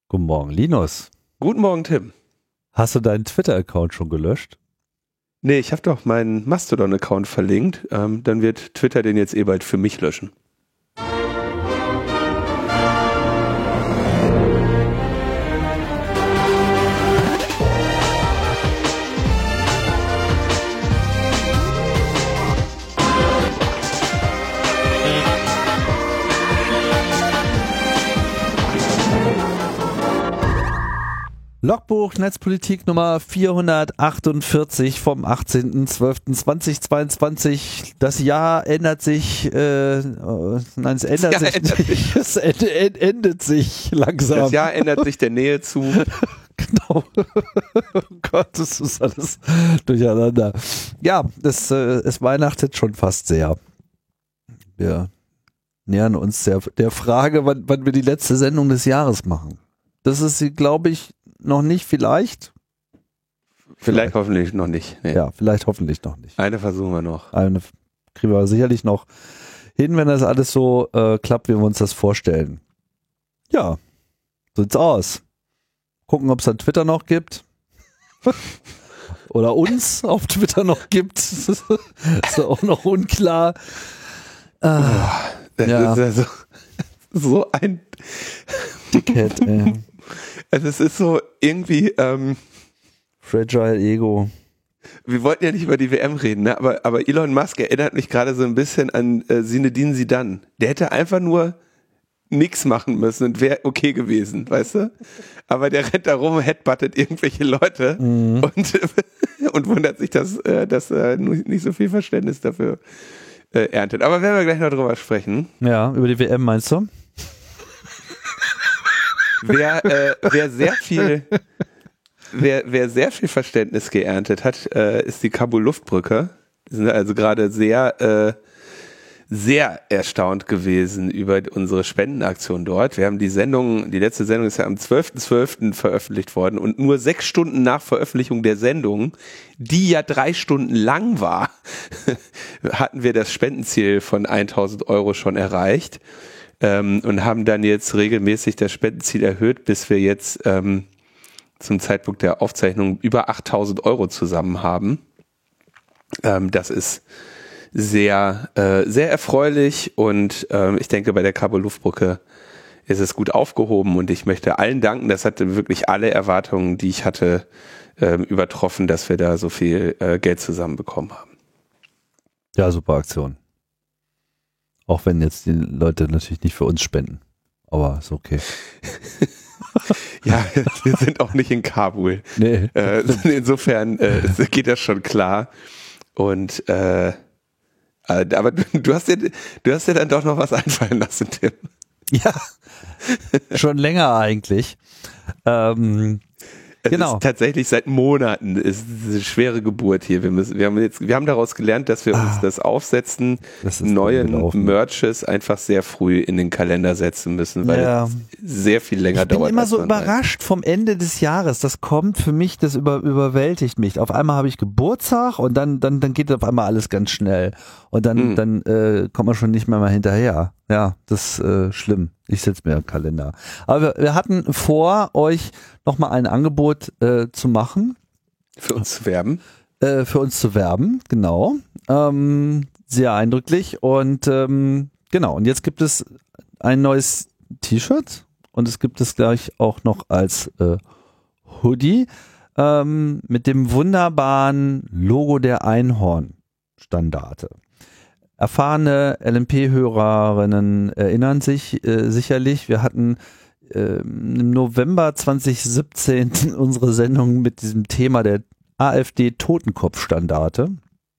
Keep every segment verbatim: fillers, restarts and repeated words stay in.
Guten Morgen, Linus. Guten Morgen, Tim. Hast du deinen Twitter-Account schon gelöscht? Nee, ich habe doch meinen Mastodon-Account verlinkt. Ähm, dann wird Twitter den jetzt eh bald für mich löschen. Logbuch Netzpolitik Nummer vierhundertachtundvierzig vom achtzehnten zwölften zweitausendzweiundzwanzig. Das Jahr ändert sich, äh, nein, es ändert Das Jahr sich ändert nicht, es end, end, endet sich langsam. Das Jahr ändert sich der Nähe zu. Genau. Oh Gott, das ist alles durcheinander. Ja, es, äh, es weihnachtet schon fast sehr. Wir nähern uns der, der Frage, wann, wann wir die letzte Sendung des Jahres machen. Das ist sie, glaube ich, noch nicht, vielleicht. Vielleicht, vielleicht. hoffentlich noch nicht. Nee. Ja, vielleicht hoffentlich noch nicht. Eine versuchen wir noch. Eine kriegen wir sicherlich noch hin, wenn das alles so äh, klappt, wie wir uns das vorstellen. Ja, so sieht's aus. Gucken, ob es an Twitter noch gibt. Oder uns auf Twitter noch gibt. Ist auch noch unklar. Äh, das ja. ist also so ein Dickhead, ey. Also es ist so irgendwie ähm, Fragile Ego. Wir wollten ja nicht über die W M reden, ne? aber, aber Elon Musk erinnert mich gerade so ein bisschen an äh, Zinedine Zidane. Der hätte einfach nur nichts machen müssen und wäre okay gewesen, weißt du? Aber der rennt da rum, headbuttet irgendwelche Leute mhm. und, und wundert sich, dass, äh, dass er nicht so viel Verständnis dafür äh, erntet. Aber werden wir gleich noch drüber sprechen. Ja, über die W M meinst du? Wer, äh, wer sehr viel, wer, wer sehr viel Verständnis geerntet hat, äh, ist die Kabul-Luftbrücke. Wir sind also gerade sehr, äh, sehr erstaunt gewesen über unsere Spendenaktion dort. Wir haben die Sendung, die letzte Sendung ist ja am zwölften zwölften veröffentlicht worden und nur sechs Stunden nach Veröffentlichung der Sendung, die ja drei Stunden lang war, hatten wir das Spendenziel von tausend Euro schon erreicht. Ähm, und haben dann jetzt regelmäßig das Spendenziel erhöht, bis wir jetzt ähm, zum Zeitpunkt der Aufzeichnung über achttausend Euro zusammen haben. Ähm, das ist sehr, äh, sehr erfreulich und ähm, ich denke, bei der Kabul-Luftbrücke ist es gut aufgehoben und ich möchte allen danken. Das hatte wirklich alle Erwartungen, die ich hatte, ähm, übertroffen, dass wir da so viel äh, Geld zusammenbekommen haben. Ja, super Aktion. Auch wenn jetzt die Leute natürlich nicht für uns spenden. Aber ist okay. Ja, wir sind auch nicht in Kabul. Nee. Äh, insofern äh, geht das schon klar. Und äh, aber du, du hast dir, du hast dir dann doch noch was einfallen lassen, Tim. Ja, schon länger eigentlich. Ähm, Es genau. ist tatsächlich seit Monaten ist eine schwere Geburt hier. Wir müssen, wir haben jetzt, wir haben daraus gelernt, dass wir uns ah, das Aufsetzen das neuen Merches einfach sehr früh in den Kalender setzen müssen, weil ja. es sehr viel länger ich bin dauert. immer so überrascht vom Ende des Jahres. Das kommt für mich, das über, überwältigt mich. Auf einmal habe ich Geburtstag und dann, dann, dann geht auf einmal alles ganz schnell. Und dann, hm. dann äh, kommt man schon nicht mehr mal hinterher. Ja, das ist äh, schlimm. Ich setze mir einen Kalender. Aber wir, wir hatten vor, euch nochmal ein Angebot äh, zu machen. Für uns zu werben. Äh, für uns zu werben, genau. Ähm, sehr eindrücklich. Und ähm, genau, und jetzt gibt es ein neues T-Shirt und es gibt es gleich auch noch als äh, Hoodie ähm, mit dem wunderbaren Logo der Einhorn-Standarte. Erfahrene L M P-Hörerinnen erinnern sich äh, sicherlich, wir hatten äh, im November zwanzig siebzehn unsere Sendung mit diesem Thema der AfD-Totenkopf-Standarte.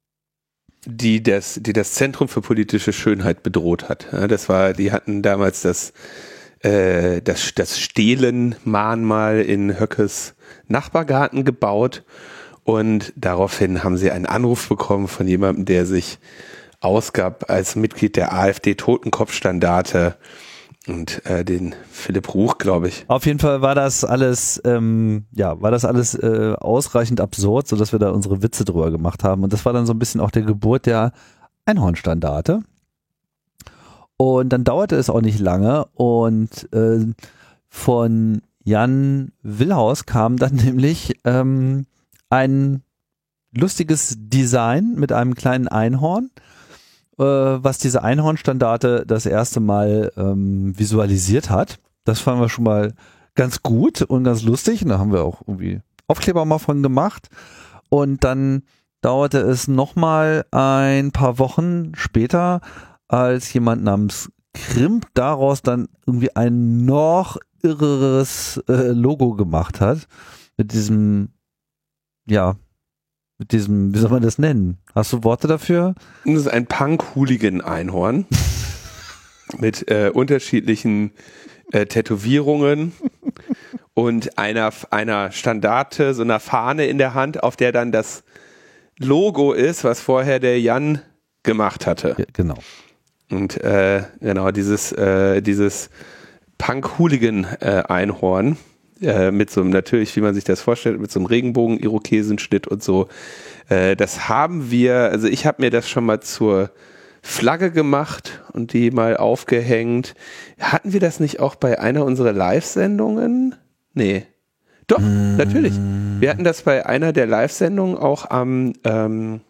Die das, die das Zentrum für politische Schönheit bedroht hat. Ja, das war, die hatten damals das, äh, das, das Stehlen-Mahnmal in Höckes Nachbargarten gebaut und daraufhin haben sie einen Anruf bekommen von jemandem, der sich ausgab als Mitglied der AfD-Totenkopf-Standarte und äh, den Philipp Ruch, glaube ich. Auf jeden Fall war das alles, ähm, ja, war das alles äh, ausreichend absurd, sodass wir da unsere Witze drüber gemacht haben. Und das war dann so ein bisschen auch der Geburt der Einhornstandarte. Und dann dauerte es auch nicht lange und äh, von Jan Willhaus kam dann nämlich ähm, ein lustiges Design mit einem kleinen Einhorn, äh, was diese Einhornstandarte das erste Mal ähm, visualisiert hat. Das fanden wir schon mal ganz gut und ganz lustig. Und da haben wir auch irgendwie Aufkleber mal von gemacht. Und dann dauerte es nochmal ein paar Wochen später, als jemand namens Krimp daraus dann irgendwie ein noch irreres äh, Logo gemacht hat. Mit diesem, ja, mit diesem, wie soll man das nennen? Hast du Worte dafür? Das ist ein Punk-Hooligan-Einhorn mit äh, unterschiedlichen äh, Tätowierungen und einer, einer Standarte, so einer Fahne in der Hand, auf der dann das Logo ist, was vorher der Jan gemacht hatte. Ja, genau. Und äh, genau, dieses, äh, dieses Punk-Hooligan-Einhorn äh, mit so einem, natürlich, wie man sich das vorstellt, mit so einem Regenbogen-Irokesenschnitt und so. Äh, das haben wir, also ich habe mir das schon mal zur Flagge gemacht und die mal aufgehängt. Hatten wir das nicht auch bei einer unserer Live-Sendungen? Nee. Doch, mm. natürlich. Wir hatten das bei einer der Live-Sendungen auch am ähm,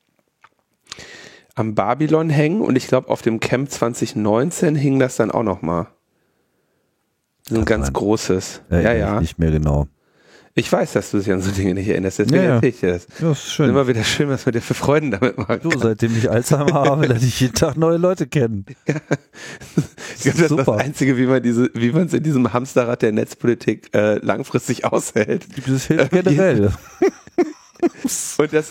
am Babylon hängen und ich glaube auf dem Camp zwanzig neunzehn hing das dann auch nochmal. So ein ganz sein. großes. Ja, ja, ja. Nicht mehr genau. Ich weiß, dass du dich an so Dinge nicht erinnerst, deswegen ja, ja. erzähle ich dir das. Ja, ist schön. Ist immer wieder schön, was man dir für Freuden damit machen kann. Du, seitdem ich Alzheimer habe, lerne ich jeden Tag neue Leute kennen. Ja. Ich glaube, das ist das Einzige, wie man diese, wie man es in diesem Hamsterrad der Netzpolitik äh, langfristig aushält. Das hilft generell. Und das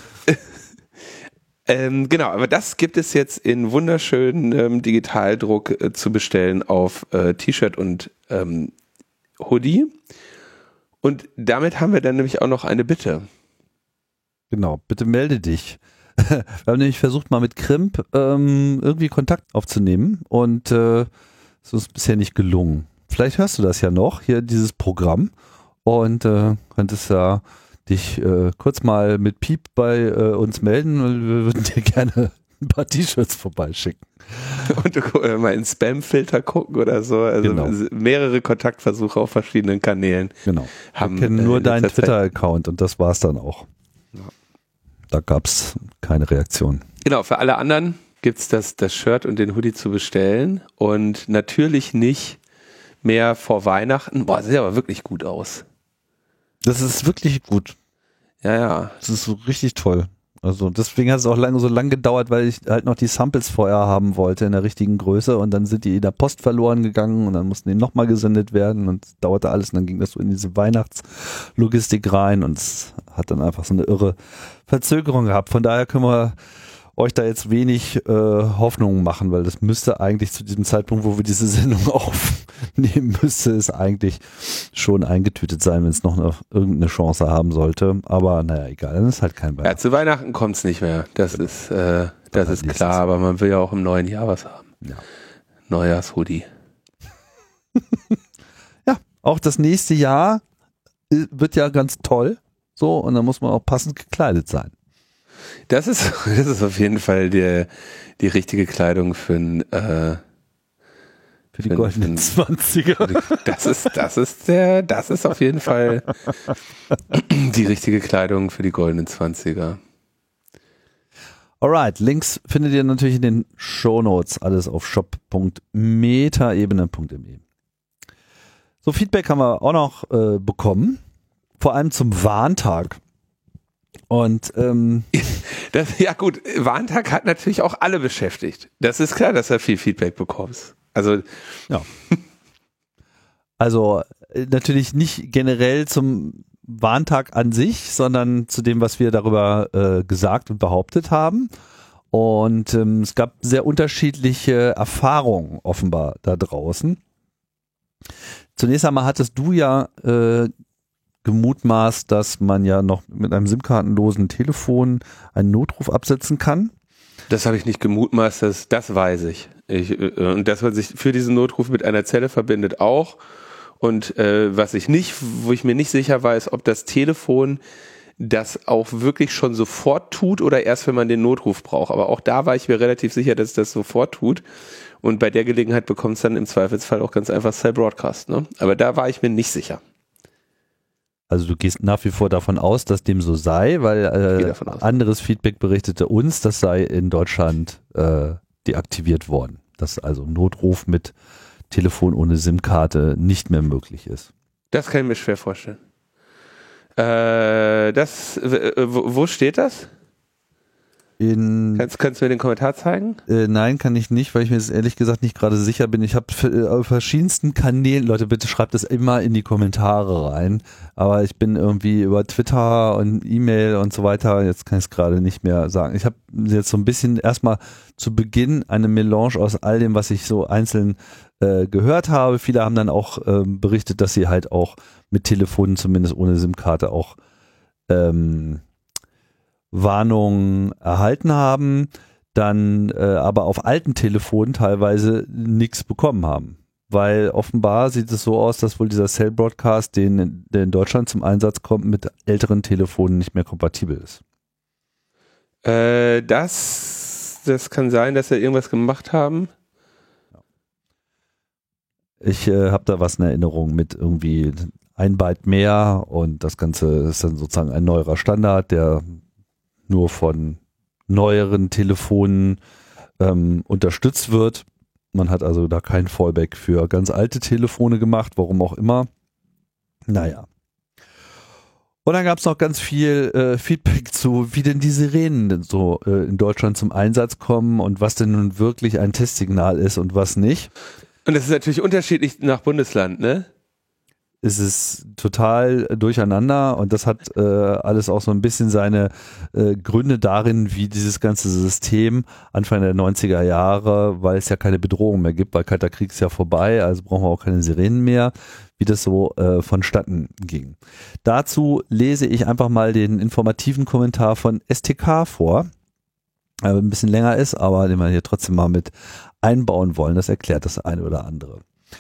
Ähm, genau, aber das gibt es jetzt in wunderschönen ähm, Digitaldruck äh, zu bestellen auf äh, T-Shirt und ähm, Hoodie. Und damit haben wir dann nämlich auch noch eine Bitte. Genau, bitte melde dich. Wir haben nämlich versucht, mal mit Krimp ähm, irgendwie Kontakt aufzunehmen und äh, es ist bisher nicht gelungen. Vielleicht hörst du das ja noch, hier dieses Programm und äh, könntest ja dich äh, kurz mal mit Piep bei äh, uns melden und wir würden dir gerne ein paar T-Shirts vorbeischicken. Und du äh, mal in Spam-Filter gucken oder so. Also genau. mehrere Kontaktversuche auf verschiedenen Kanälen. Genau. Wir kennen nur äh, deinen Twitter-Account und das war's dann auch. Ja. Da gab's keine Reaktion. Genau, für alle anderen gibt's das, das Shirt und den Hoodie zu bestellen und natürlich nicht mehr vor Weihnachten. Boah, sieht aber wirklich gut aus. Das ist wirklich gut. Ja, ja. Das ist so richtig toll. Also deswegen hat es auch lange so lange gedauert, weil ich halt noch die Samples vorher haben wollte in der richtigen Größe und dann sind die in der Post verloren gegangen und dann mussten die nochmal gesendet werden und es dauerte alles und dann ging das so in diese Weihnachtslogistik rein und es hat dann einfach so eine irre Verzögerung gehabt. Von daher können wir euch da jetzt wenig äh, Hoffnungen machen, weil das müsste eigentlich zu diesem Zeitpunkt, wo wir diese Sendung aufnehmen, müsste es eigentlich schon eingetütet sein, wenn es noch eine, irgendeine Chance haben sollte. Aber naja, egal, das ist halt kein Weihnachten. Ja, zu Weihnachten kommt es nicht mehr. Das genau. ist, äh, das ist klar, aber man will ja auch im neuen Jahr was haben. Ja. Neujahrshoodie. Ja, auch das nächste Jahr wird ja ganz toll. So, und dann muss man auch passend gekleidet sein. Das ist, das ist auf jeden Fall die, die richtige Kleidung für ein äh, für die für, goldenen für ein, zwanziger. Das ist, das ist der, das ist auf jeden Fall die richtige Kleidung für die goldenen zwanziger. Alright, Links findet ihr natürlich in den Shownotes, alles auf shop punkt metaebene punkt de. So, Feedback haben wir auch noch äh, bekommen, vor allem zum Warntag. Und ähm, das, ja gut, Warntag hat natürlich auch alle beschäftigt. Das ist klar, dass du viel Feedback bekommst. Also ja. Also natürlich nicht generell zum Warntag an sich, sondern zu dem, was wir darüber äh, gesagt und behauptet haben. Und ähm, es gab sehr unterschiedliche Erfahrungen offenbar da draußen. Zunächst einmal hattest du ja äh, gemutmaßt, dass man ja noch mit einem SIM-kartenlosen Telefon einen Notruf absetzen kann. Das habe ich nicht gemutmaßt, das, das weiß ich. ich äh, und dass man sich für diesen Notruf mit einer Zelle verbindet auch. Und äh, was ich nicht, wo ich mir nicht sicher weiß, ob das Telefon das auch wirklich schon sofort tut oder erst, wenn man den Notruf braucht. Aber auch da war ich mir relativ sicher, dass es das sofort tut. Und bei der Gelegenheit bekommt es dann im Zweifelsfall auch ganz einfach Cell Broadcast. Ne? Aber da war ich mir nicht sicher. Also du gehst nach wie vor davon aus, dass dem so sei, weil äh, anderes Feedback berichtete uns, das sei in Deutschland äh, deaktiviert worden. Dass also Notruf mit Telefon ohne SIM-Karte nicht mehr möglich ist. Das kann ich mir schwer vorstellen. Äh, das, wo, wo steht das? In, kannst, kannst du mir den Kommentar zeigen? Äh, nein, kann ich nicht, weil ich mir das ehrlich gesagt nicht gerade sicher bin. Ich habe äh, auf verschiedensten Kanälen, Leute, bitte schreibt das immer in die Kommentare rein, aber ich bin irgendwie über Twitter und E-Mail und so weiter, jetzt kann ich es gerade nicht mehr sagen. Ich habe jetzt so ein bisschen erstmal zu Beginn eine Melange aus all dem, was ich so einzeln äh, gehört habe. Viele haben dann auch äh, berichtet, dass sie halt auch mit Telefonen, zumindest ohne SIM-Karte, auch ähm, Warnungen erhalten haben, dann äh, aber auf alten Telefonen teilweise nichts bekommen haben. Weil offenbar sieht es so aus, dass wohl dieser Cell Broadcast, den, der in Deutschland zum Einsatz kommt, mit älteren Telefonen nicht mehr kompatibel ist. Äh, das, das kann sein, dass sie irgendwas gemacht haben. Ich äh, habe da was in Erinnerung mit irgendwie ein Byte mehr und das Ganze ist dann sozusagen ein neuerer Standard, der nur von neueren Telefonen ähm, unterstützt wird. Man hat also da kein Fallback für ganz alte Telefone gemacht, warum auch immer. Naja. Und dann gab es noch ganz viel äh, Feedback zu, wie denn die Sirenen denn so äh, in Deutschland zum Einsatz kommen und was denn nun wirklich ein Testsignal ist und was nicht. Und das ist natürlich unterschiedlich nach Bundesland, ne? Es ist total durcheinander und das hat äh, alles auch so ein bisschen seine äh, Gründe darin, wie dieses ganze System Anfang der neunziger Jahre, weil es ja keine Bedrohung mehr gibt, weil Kalter Krieg ist ja vorbei, also brauchen wir auch keine Sirenen mehr, wie das so äh, vonstatten ging. Dazu lese ich einfach mal den informativen Kommentar von S T K vor, der ein bisschen länger ist, aber den wir hier trotzdem mal mit einbauen wollen. Das erklärt das eine oder andere.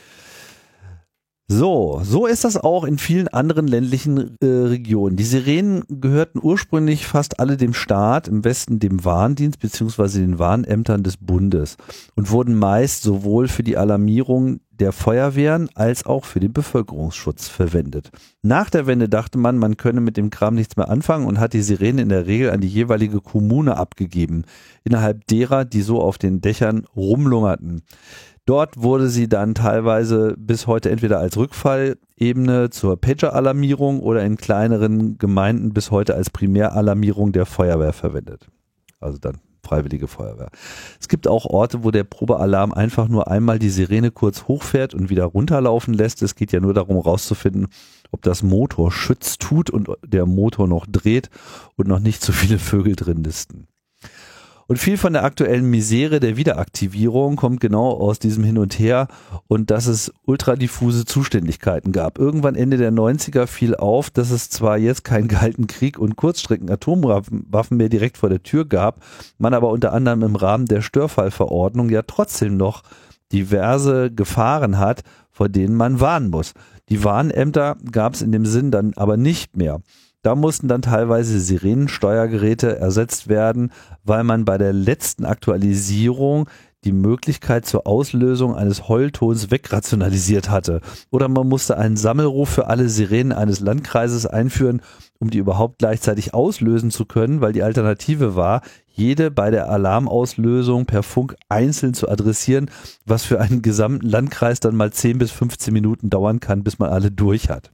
So, so ist das auch in vielen anderen ländlichen äh, Regionen. Die Sirenen gehörten ursprünglich fast alle dem Staat, im Westen dem Warndienst bzw. den Warnämtern des Bundes und wurden meist sowohl für die Alarmierung der Feuerwehren als auch für den Bevölkerungsschutz verwendet. Nach der Wende dachte man, man könne mit dem Kram nichts mehr anfangen und hat die Sirenen in der Regel an die jeweilige Kommune abgegeben, innerhalb derer, die so auf den Dächern rumlungerten. Dort wurde sie dann teilweise bis heute entweder als Rückfallebene zur Pager-Alarmierung oder in kleineren Gemeinden bis heute als Primäralarmierung der Feuerwehr verwendet. Also dann Freiwillige Feuerwehr. Es gibt auch Orte, wo der Probealarm einfach nur einmal die Sirene kurz hochfährt und wieder runterlaufen lässt. Es geht ja nur darum herauszufinden, ob das Motor Schütz tut und der Motor noch dreht und noch nicht so viele Vögel drin nisten. Und viel von der aktuellen Misere der Wiederaktivierung kommt genau aus diesem Hin und Her und dass es ultradiffuse Zuständigkeiten gab. Irgendwann Ende der neunziger fiel auf, dass es zwar jetzt keinen kalten Krieg und Kurzstrecken-Atomwaffen mehr direkt vor der Tür gab, man aber unter anderem im Rahmen der Störfallverordnung ja trotzdem noch diverse Gefahren hat, vor denen man warnen muss. Die Warnämter gab es in dem Sinn dann aber nicht mehr. Da mussten dann teilweise Sirenensteuergeräte ersetzt werden, weil man bei der letzten Aktualisierung die Möglichkeit zur Auslösung eines Heultons wegrationalisiert hatte. Oder man musste einen Sammelruf für alle Sirenen eines Landkreises einführen, um die überhaupt gleichzeitig auslösen zu können, weil die Alternative war, jede bei der Alarmauslösung per Funk einzeln zu adressieren, was für einen gesamten Landkreis dann mal zehn bis fünfzehn Minuten dauern kann, bis man alle durch hat.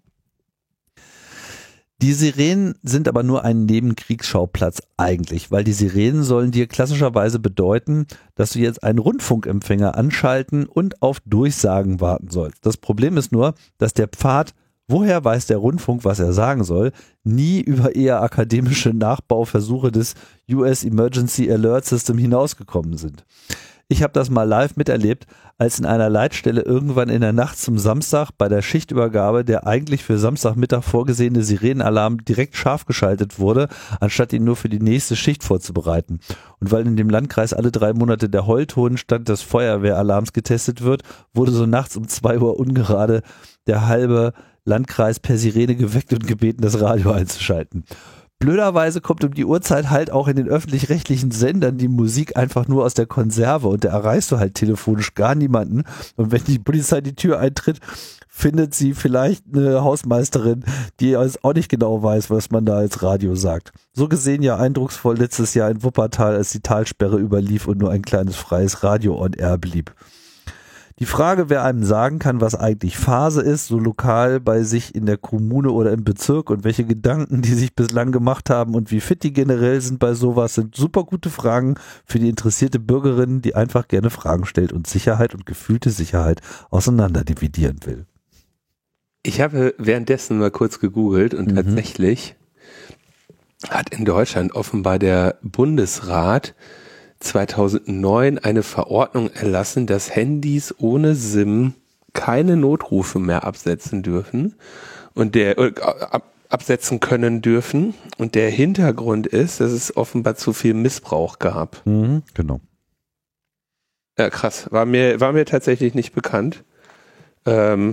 Die Sirenen sind aber nur ein Nebenkriegsschauplatz eigentlich, weil die Sirenen sollen dir klassischerweise bedeuten, dass du jetzt einen Rundfunkempfänger anschalten und auf Durchsagen warten sollst. Das Problem ist nur, dass der Pfad, woher weiß der Rundfunk, was er sagen soll, nie über eher akademische Nachbauversuche des U S Emergency Alert System hinausgekommen sind. Ich habe das mal live miterlebt, als in einer Leitstelle irgendwann in der Nacht zum Samstag bei der Schichtübergabe der eigentlich für Samstagmittag vorgesehene Sirenenalarm direkt scharf geschaltet wurde, anstatt ihn nur für die nächste Schicht vorzubereiten. Und weil in dem Landkreis alle drei Monate der Heulton statt des Feuerwehralarms getestet wird, wurde so nachts um zwei Uhr ungerade der halbe Landkreis per Sirene geweckt und gebeten, das Radio einzuschalten. Blöderweise kommt um die Uhrzeit halt auch in den öffentlich-rechtlichen Sendern die Musik einfach nur aus der Konserve und da erreichst du halt telefonisch gar niemanden. Und wenn die Polizei die Tür eintritt, findet sie vielleicht eine Hausmeisterin, die auch nicht genau weiß, was man da als Radio sagt. So gesehen ja eindrucksvoll letztes Jahr in Wuppertal, als die Talsperre überlief und nur ein kleines freies Radio on air blieb. Die Frage, wer einem sagen kann, was eigentlich Phase ist, so lokal bei sich in der Kommune oder im Bezirk und welche Gedanken die sich bislang gemacht haben und wie fit die generell sind bei sowas, sind super gute Fragen für die interessierte Bürgerin, die einfach gerne Fragen stellt und Sicherheit und gefühlte Sicherheit auseinander dividieren will. Ich habe währenddessen mal kurz gegoogelt und mhm. tatsächlich hat in Deutschland offenbar der Bundesrat zweitausendneun eine Verordnung erlassen, dass Handys ohne SIM keine Notrufe mehr absetzen dürfen und der äh, ab, absetzen können dürfen. Und der Hintergrund ist, dass es offenbar zu viel Missbrauch gab. Mhm, genau. Ja, krass. War mir, war mir tatsächlich nicht bekannt. Ähm,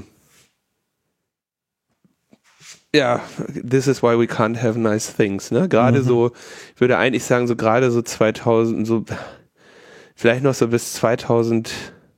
Ja, this is why we can't have nice things, ne? Gerade mhm. so, ich würde eigentlich sagen, so gerade so zweitausend, so vielleicht noch so bis zweitausendzwölf,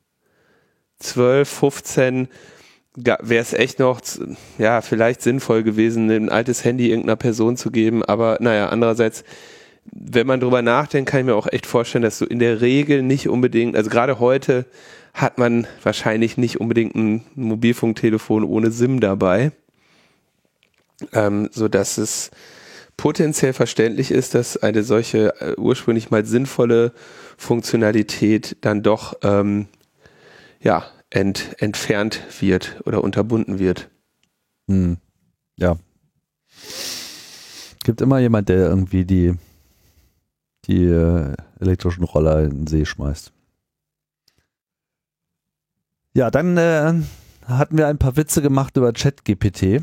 fünfzehn wäre es echt noch, ja, vielleicht sinnvoll gewesen, ein altes Handy irgendeiner Person zu geben, aber naja, andererseits, wenn man drüber nachdenkt, kann ich mir auch echt vorstellen, dass so in der Regel nicht unbedingt, also gerade heute hat man wahrscheinlich nicht unbedingt ein Mobilfunktelefon ohne SIM dabei. Ähm, so dass es potenziell verständlich ist, dass eine solche äh, ursprünglich mal sinnvolle Funktionalität dann doch ähm, ja ent, entfernt wird oder unterbunden wird. Hm. Ja. Gibt immer jemand, der irgendwie die die äh, elektrischen Roller in den See schmeißt. Ja, dann äh, hatten wir ein paar Witze gemacht über ChatGPT.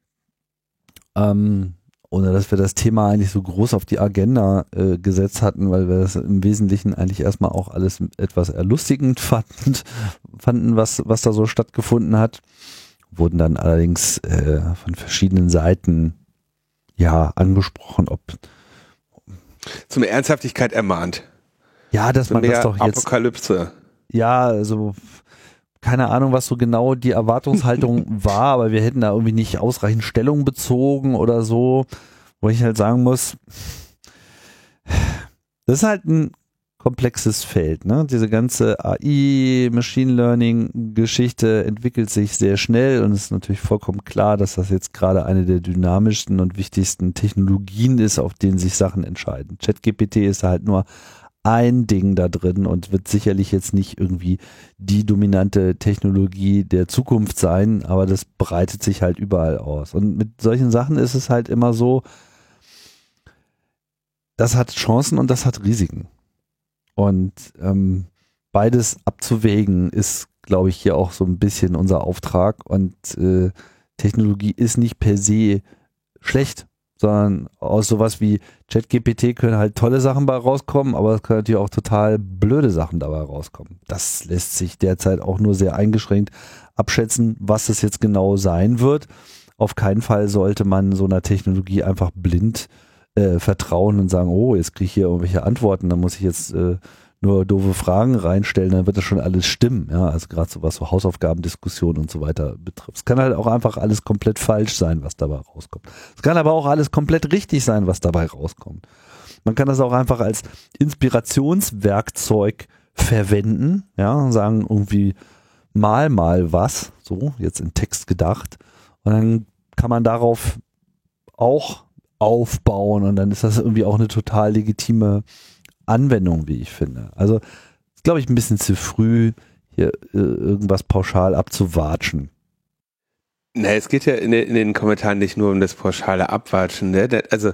Ähm, ohne dass wir das Thema eigentlich so groß auf die Agenda äh, gesetzt hatten, weil wir das im Wesentlichen eigentlich erstmal auch alles etwas erlustigend fanden, fanden was, was da so stattgefunden hat. Wurden dann allerdings äh, von verschiedenen Seiten ja angesprochen, ob zum Ernsthaftigkeit ermahnt. Ja, dass so man das doch jetzt Apokalypse. Ja, also keine Ahnung, was so genau die Erwartungshaltung war, aber wir hätten da irgendwie nicht ausreichend Stellung bezogen oder so, wo ich halt sagen muss, das ist halt ein komplexes Feld, ne? Diese ganze A I, Machine Learning Geschichte entwickelt sich sehr schnell und es ist natürlich vollkommen klar, dass das jetzt gerade eine der dynamischsten und wichtigsten Technologien ist, auf denen sich Sachen entscheiden. ChatGPT ist halt nur ein Ding da drin und wird sicherlich jetzt nicht irgendwie die dominante Technologie der Zukunft sein, aber das breitet sich halt überall aus. Und mit solchen Sachen ist es halt immer so, das hat Chancen und das hat Risiken. Und ähm, beides abzuwägen ist, glaube ich, hier auch so ein bisschen unser Auftrag. Und äh, Technologie ist nicht per se schlecht, sondern aus sowas wie ChatGPT können halt tolle Sachen bei rauskommen, aber es können natürlich auch total blöde Sachen dabei rauskommen. Das lässt sich derzeit auch nur sehr eingeschränkt abschätzen, was es jetzt genau sein wird. Auf keinen Fall sollte man so einer Technologie einfach blind äh, vertrauen und sagen, oh, jetzt kriege ich hier irgendwelche Antworten, dann muss ich jetzt äh, nur doofe Fragen reinstellen, dann wird das schon alles stimmen. Ja, also gerade so was so Hausaufgabendiskussionen und so weiter betrifft. Es kann halt auch einfach alles komplett falsch sein, was dabei rauskommt. Es kann aber auch alles komplett richtig sein, was dabei rauskommt. Man kann das auch einfach als Inspirationswerkzeug verwenden, ja, und sagen irgendwie mal mal was, so jetzt in Text gedacht, und dann kann man darauf auch aufbauen und dann ist das irgendwie auch eine total legitime Anwendung, wie ich finde. Also ist, glaube ich, ein bisschen zu früh, hier äh, irgendwas pauschal abzuwatschen. Na, es geht ja in, in den Kommentaren nicht nur um das pauschale Abwatschen. Ne? Also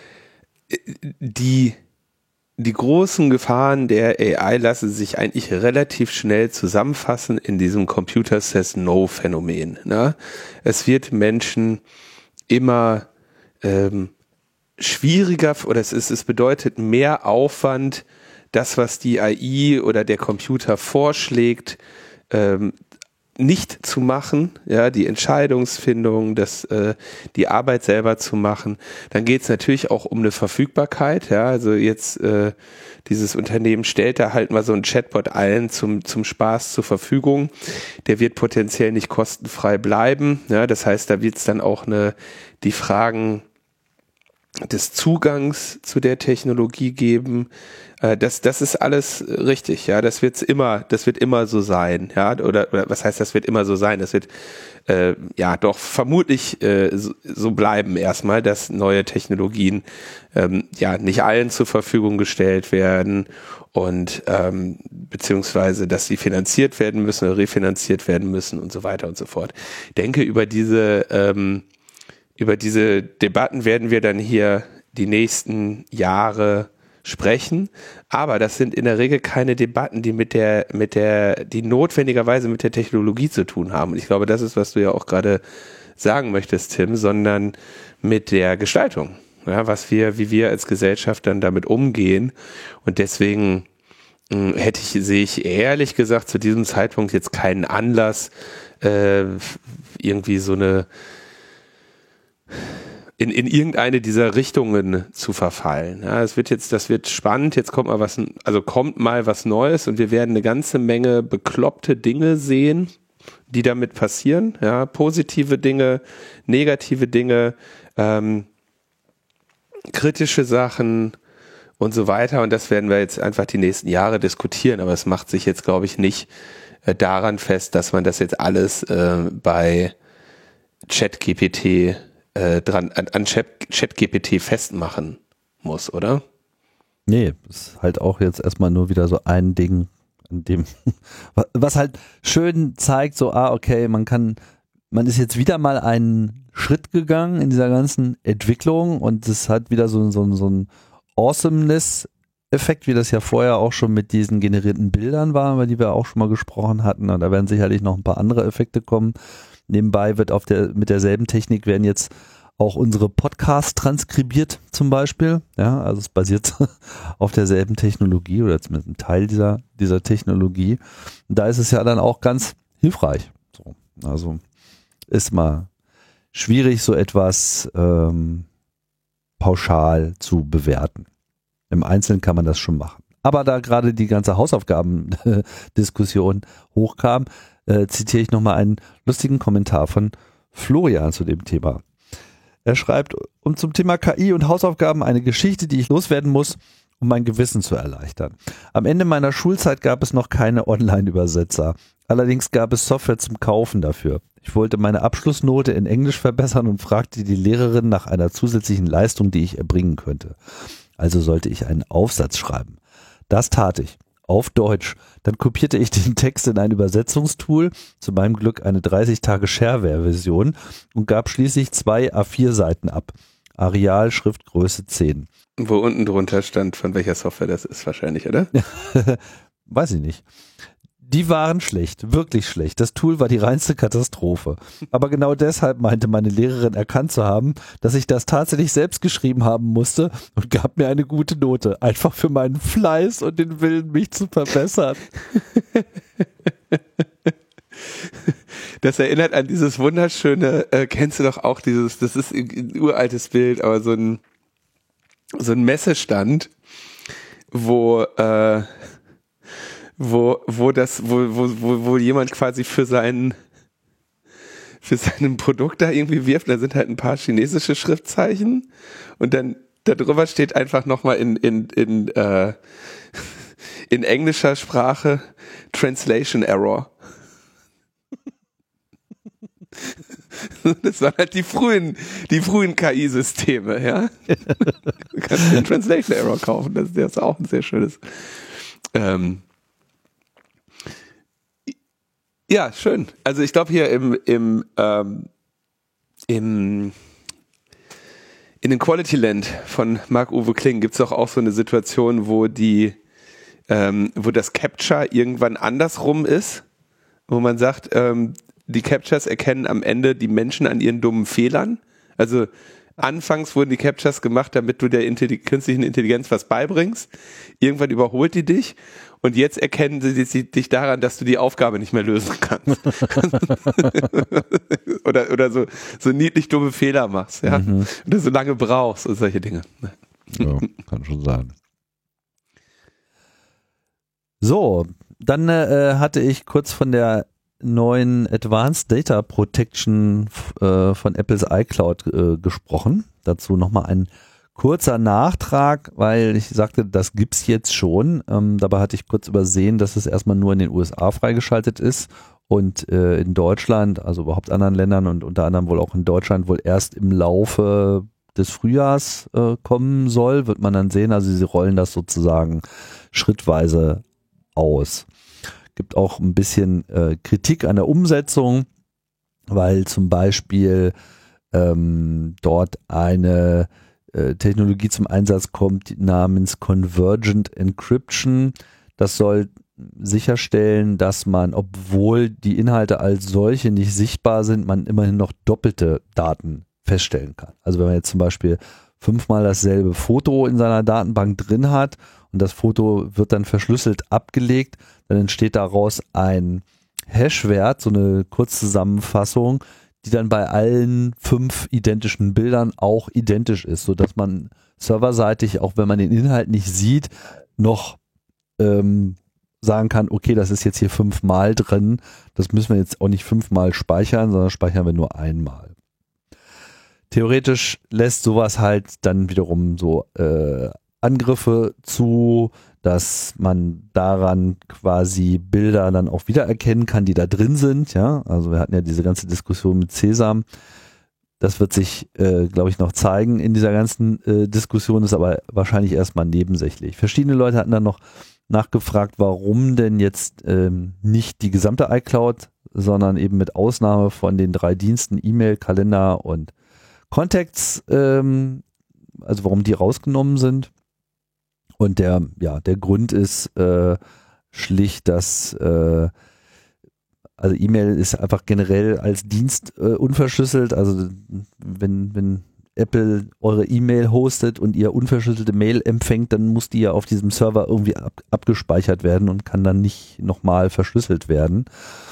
die, die großen Gefahren der A I lassen sich eigentlich relativ schnell zusammenfassen in diesem Computer Says No Phänomen. Ne? Es wird Menschen immer ähm, schwieriger, oder es ist, es bedeutet mehr Aufwand, das, was die A I oder der Computer vorschlägt, ähm, nicht zu machen, ja, die Entscheidungsfindung, das, äh, die Arbeit selber zu machen. Dann geht es natürlich auch um eine Verfügbarkeit, ja, also jetzt äh, dieses Unternehmen stellt da halt mal so einen Chatbot allen zum, zum Spaß zur Verfügung. Der wird potenziell nicht kostenfrei bleiben, ja, das heißt, da wird es dann auch eine, die Fragen des Zugangs zu der Technologie geben. Äh, das, das ist alles richtig, ja. Das wird's immer, das wird immer so sein, ja. Oder, oder was heißt, das wird immer so sein? Das wird äh, ja doch vermutlich äh, so, so bleiben erstmal, dass neue Technologien ähm, ja nicht allen zur Verfügung gestellt werden und ähm, beziehungsweise, dass sie finanziert werden müssen oder refinanziert werden müssen und so weiter und so fort. Ich denke, über diese ähm, Über diese Debatten werden wir dann hier die nächsten Jahre sprechen, aber das sind in der Regel keine Debatten, die mit der, mit der, die notwendigerweise mit der Technologie zu tun haben. Und ich glaube, das ist, was du ja auch gerade sagen möchtest, Tim, sondern mit der Gestaltung, ja, was wir, wie wir als Gesellschaft dann damit umgehen. Und deswegen mh, hätte ich, sehe ich ehrlich gesagt zu diesem Zeitpunkt jetzt keinen Anlass, äh, irgendwie so eine In, in irgendeine dieser Richtungen zu verfallen. Ja, es wird jetzt, das wird spannend, jetzt kommt mal was, also kommt mal was Neues und wir werden eine ganze Menge bekloppte Dinge sehen, die damit passieren, ja, positive Dinge, negative Dinge, ähm, kritische Sachen und so weiter und das werden wir jetzt einfach die nächsten Jahre diskutieren, aber es macht sich jetzt, glaube ich, nicht äh, daran fest, dass man das jetzt alles äh, bei ChatGPT Äh, dran an, an ChatGPT festmachen muss, oder? Nee, ist halt auch jetzt erstmal nur wieder so ein Ding, an dem, was halt schön zeigt, so, ah, okay, man kann, man ist jetzt wieder mal einen Schritt gegangen in dieser ganzen Entwicklung und es hat wieder so, so, so ein Awesomeness-Effekt, wie das ja vorher auch schon mit diesen generierten Bildern war, über die wir auch schon mal gesprochen hatten, und da werden sicherlich noch ein paar andere Effekte kommen. Nebenbei wird auf der, mit derselben Technik werden jetzt auch unsere Podcasts transkribiert zum Beispiel. Ja, also es basiert auf derselben Technologie oder zumindest ein Teil dieser, dieser Technologie. Und da ist es ja dann auch ganz hilfreich. So, also ist mal schwierig, so etwas ähm, pauschal zu bewerten. Im Einzelnen kann man das schon machen. Aber da gerade die ganze Hausaufgaben-Diskussion hochkam, äh, zitiere ich nochmal einen lustigen Kommentar von Florian zu dem Thema. Er schreibt, um zum Thema K I und Hausaufgaben eine Geschichte, die ich loswerden muss, um mein Gewissen zu erleichtern. Am Ende meiner Schulzeit gab es noch keine Online-Übersetzer. Allerdings gab es Software zum Kaufen dafür. Ich wollte meine Abschlussnote in Englisch verbessern und fragte die Lehrerin nach einer zusätzlichen Leistung, die ich erbringen könnte. Also sollte ich einen Aufsatz schreiben. Das tat ich. Auf Deutsch. Dann kopierte ich den Text in ein Übersetzungstool, zu meinem Glück eine dreißig Tage Shareware-Version und gab schließlich zwei A vier Seiten ab. Arial, Schriftgröße zehn. Wo unten drunter stand, von welcher Software das ist wahrscheinlich, oder? Weiß ich nicht. Die waren schlecht, wirklich schlecht. Das Tool war die reinste Katastrophe. Aber genau deshalb meinte meine Lehrerin erkannt zu haben, dass ich das tatsächlich selbst geschrieben haben musste und gab mir eine gute Note. Einfach für meinen Fleiß und den Willen, mich zu verbessern. Das erinnert an dieses wunderschöne, äh, kennst du doch auch dieses, das ist ein uraltes Bild, aber so ein, so ein Messestand, wo, äh, wo wo das wo wo wo wo jemand quasi für seinen für sein Produkt da irgendwie wirft, da sind halt ein paar chinesische Schriftzeichen und dann darüber steht einfach nochmal in in in äh, in englischer Sprache Translation Error. Das waren halt die frühen die frühen K I-Systeme, ja. Du kannst den Translation Error kaufen, das ist auch ein sehr schönes. Ähm, Ja, schön. Also ich glaube hier im im ähm, im in den Quality Land von Marc-Uwe Kling gibt es doch auch so eine Situation, wo die ähm, wo das Capture irgendwann andersrum ist, wo man sagt, ähm, die Captures erkennen am Ende die Menschen an ihren dummen Fehlern. Also Anfangs wurden die Captchas gemacht, damit du der Intelli- künstlichen Intelligenz was beibringst. Irgendwann überholt die dich und jetzt erkennen sie, sie dich daran, dass du die Aufgabe nicht mehr lösen kannst. oder oder so, so niedlich dumme Fehler machst, ja. Mhm. Oder so lange brauchst und solche Dinge. Ja, kann schon sein. So, dann äh, hatte ich kurz von der neuen Advanced Data Protection äh, von Apples iCloud äh, gesprochen. Dazu nochmal ein kurzer Nachtrag, weil ich sagte, das gibt's jetzt schon. Ähm, dabei hatte ich kurz übersehen, dass es erstmal nur in den U S A freigeschaltet ist und äh, in Deutschland, also überhaupt anderen Ländern und unter anderem wohl auch in Deutschland wohl erst im Laufe des Frühjahrs äh, kommen soll, wird man dann sehen. Also sie rollen das sozusagen schrittweise aus. Gibt auch ein bisschen äh, Kritik an der Umsetzung, weil zum Beispiel ähm, dort eine äh, Technologie zum Einsatz kommt namens Convergent Encryption. Das soll sicherstellen, dass man, obwohl die Inhalte als solche nicht sichtbar sind, man immerhin noch doppelte Daten feststellen kann. Also wenn man jetzt zum Beispiel fünfmal dasselbe Foto in seiner Datenbank drin hat und das Foto wird dann verschlüsselt abgelegt, dann entsteht daraus ein Hash-Wert, so eine Kurzzusammenfassung, die dann bei allen fünf identischen Bildern auch identisch ist, sodass man serverseitig, auch wenn man den Inhalt nicht sieht, noch ähm, sagen kann, okay, das ist jetzt hier fünfmal drin, das müssen wir jetzt auch nicht fünfmal speichern, sondern speichern wir nur einmal. Theoretisch lässt sowas halt dann wiederum so äh, Angriffe zu, dass man daran quasi Bilder dann auch wiedererkennen kann, die da drin sind. Ja, also wir hatten ja diese ganze Diskussion mit Sesam. Das wird sich, äh, glaube ich, noch zeigen in dieser ganzen äh, Diskussion, ist aber wahrscheinlich erstmal nebensächlich. Verschiedene Leute hatten dann noch nachgefragt, warum denn jetzt ähm, nicht die gesamte iCloud, sondern eben mit Ausnahme von den drei Diensten E-Mail, Kalender und Contacts, ähm, also warum die rausgenommen sind. Und der, ja, der Grund ist äh, schlicht, dass äh, also E-Mail ist einfach generell als Dienst äh, unverschlüsselt. Also wenn, wenn Apple eure E-Mail hostet und ihr unverschlüsselte Mail empfängt, dann muss die ja auf diesem Server irgendwie ab, abgespeichert werden und kann dann nicht nochmal verschlüsselt werden.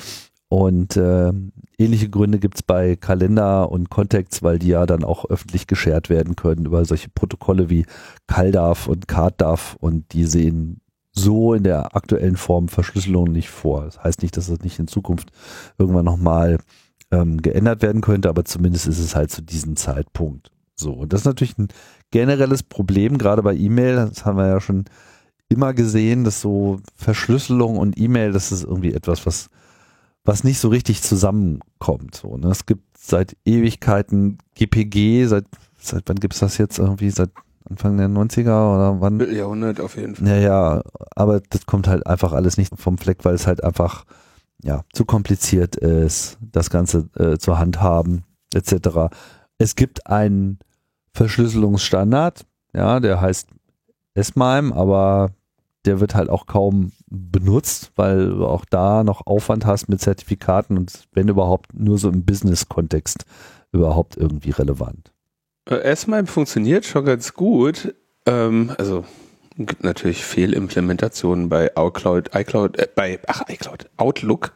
Und äh, ähnliche Gründe gibt es bei Kalender und Contacts, weil die ja dann auch öffentlich geshared werden können über solche Protokolle wie CalDAV und CardDAV und die sehen so in der aktuellen Form Verschlüsselung nicht vor. Das heißt nicht, dass das nicht in Zukunft irgendwann nochmal ähm, geändert werden könnte, aber zumindest ist es halt zu diesem Zeitpunkt so. Und das ist natürlich ein generelles Problem, gerade bei E-Mail, das haben wir ja schon immer gesehen, dass so Verschlüsselung und E-Mail, das ist irgendwie etwas, was was nicht so richtig zusammenkommt. So, ne? Es gibt seit Ewigkeiten G P G, seit, seit wann gibt es das jetzt irgendwie? Seit Anfang der neunziger oder wann? Jahrhundert auf jeden Fall. Ja, ja, aber das kommt halt einfach alles nicht vom Fleck, weil es halt einfach ja zu kompliziert ist, das Ganze äh, zur handhaben, et cetera. Es gibt einen Verschlüsselungsstandard, ja, der heißt S M I M E, aber der wird halt auch kaum benutzt, weil du auch da noch Aufwand hast mit Zertifikaten und wenn überhaupt nur so im Business-Kontext überhaupt irgendwie relevant. S M I M E funktioniert schon ganz gut. Ähm, also gibt natürlich Fehlimplementationen bei iCloud, iCloud, äh, bei ach iCloud, Outlook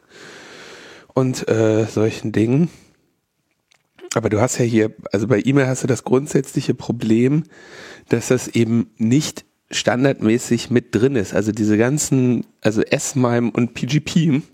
und äh, solchen Dingen. Aber du hast ja hier, also bei E-Mail hast du das grundsätzliche Problem, dass das eben nicht standardmäßig mit drin ist. Also diese ganzen, also S M I M E und P G P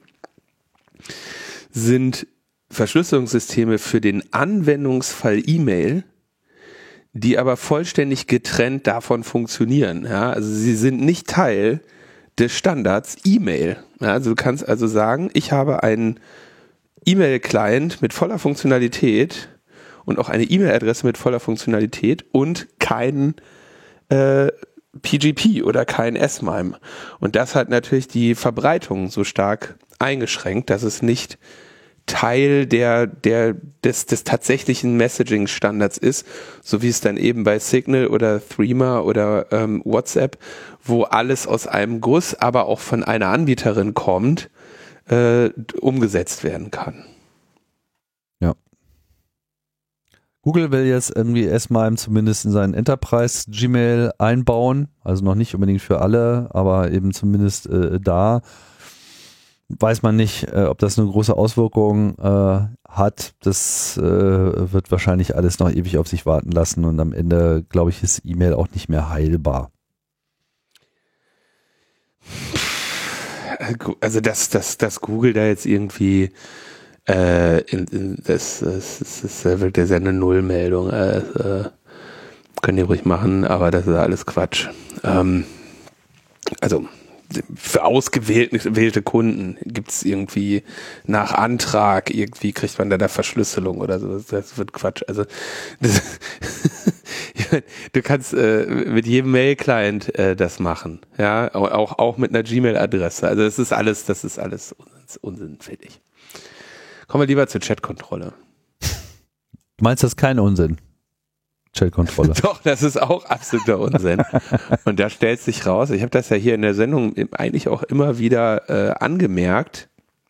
sind Verschlüsselungssysteme für den Anwendungsfall E-Mail, die aber vollständig getrennt davon funktionieren. Ja, also sie sind nicht Teil des Standards E-Mail. Ja, also du kannst also sagen, ich habe einen E-Mail-Client mit voller Funktionalität und auch eine E-Mail-Adresse mit voller Funktionalität und keinen äh, P G P oder kein S M I M E. Und das hat natürlich die Verbreitung so stark eingeschränkt, dass es nicht Teil der, der, des, des tatsächlichen Messaging-Standards ist, so wie es dann eben bei Signal oder Threema oder ähm, WhatsApp, wo alles aus einem Guss, aber auch von einer Anbieterin kommt, äh, umgesetzt werden kann. Ja. Google will jetzt irgendwie erstmal zumindest in seinen Enterprise Gmail einbauen, also noch nicht unbedingt für alle, aber eben zumindest äh, da. Weiß man nicht, äh, ob das eine große Auswirkung äh, hat. Das äh, wird wahrscheinlich alles noch ewig auf sich warten lassen und am Ende, glaube ich, ist E-Mail auch nicht mehr heilbar. Also dass, dass, dass Google da jetzt irgendwie äh, in, in, das, das, das ist wirklich eine Nullmeldung. Äh, äh, können die ruhig machen, aber das ist alles Quatsch. Ähm, also für ausgewählte Kunden gibt es irgendwie nach Antrag, irgendwie kriegt man da, da Verschlüsselung oder so. Das wird Quatsch. Also das du kannst äh, mit jedem Mail-Client äh, das machen, ja, auch, auch mit einer Gmail-Adresse. Also das ist alles, das ist alles unsinnfällig. Kommen wir lieber zur Chat-Kontrolle. Du meinst, das ist kein Unsinn? Chat-Kontrolle. Doch, das ist auch absoluter Unsinn. Und da stellt sich raus, ich habe das ja hier in der Sendung eigentlich auch immer wieder äh, angemerkt,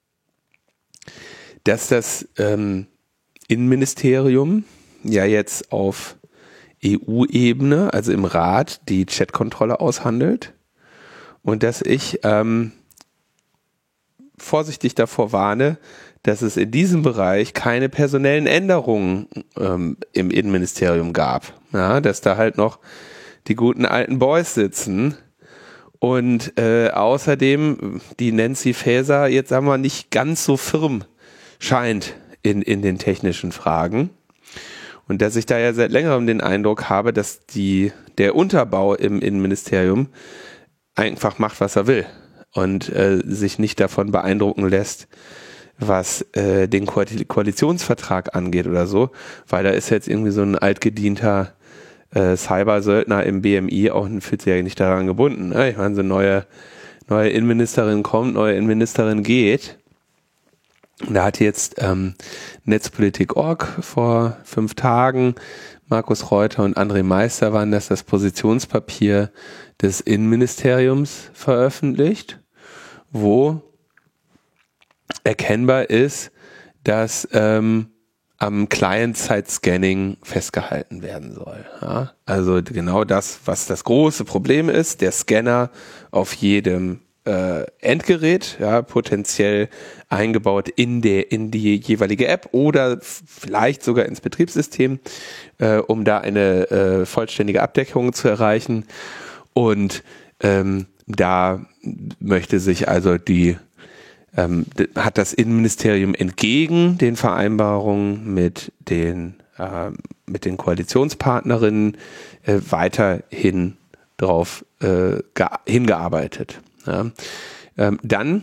dass das ähm, Innenministerium ja jetzt auf E U-Ebene, also im Rat, die Chat-Kontrolle aushandelt und dass ich ähm, vorsichtig davor warne, dass es in diesem Bereich keine personellen Änderungen ähm, im Innenministerium gab. Ja, dass da halt noch die guten alten Boys sitzen und äh, außerdem die Nancy Faeser jetzt, sagen wir mal, nicht ganz so firm scheint in, in den technischen Fragen. Und dass ich da ja seit längerem den Eindruck habe, dass die, der Unterbau im Innenministerium einfach macht, was er will und äh, sich nicht davon beeindrucken lässt, was äh, den Ko- Koalitionsvertrag angeht oder so, weil da ist jetzt irgendwie so ein altgedienter äh, Cybersöldner im B M I auch fühlt sich ja nicht daran gebunden. Ne? Ich meine, so neue, neue Innenministerin kommt, neue Innenministerin geht. Da hat jetzt ähm, Netzpolitik Punkt org vor fünf Tagen, Markus Reuter und André Meister waren das, das Positionspapier des Innenministeriums veröffentlicht, wo erkennbar ist, dass ähm, am Client-Side-Scanning festgehalten werden soll. Ja? Also genau das, was das große Problem ist, der Scanner auf jedem äh, Endgerät, ja, potenziell eingebaut in der in die jeweilige App oder vielleicht sogar ins Betriebssystem, äh, um da eine äh, vollständige Abdeckung zu erreichen. Und ähm, da möchte sich also die Ähm, hat das Innenministerium entgegen den Vereinbarungen mit den äh, mit den Koalitionspartnerinnen äh, weiterhin drauf äh, hingearbeitet. Ja. Ähm, dann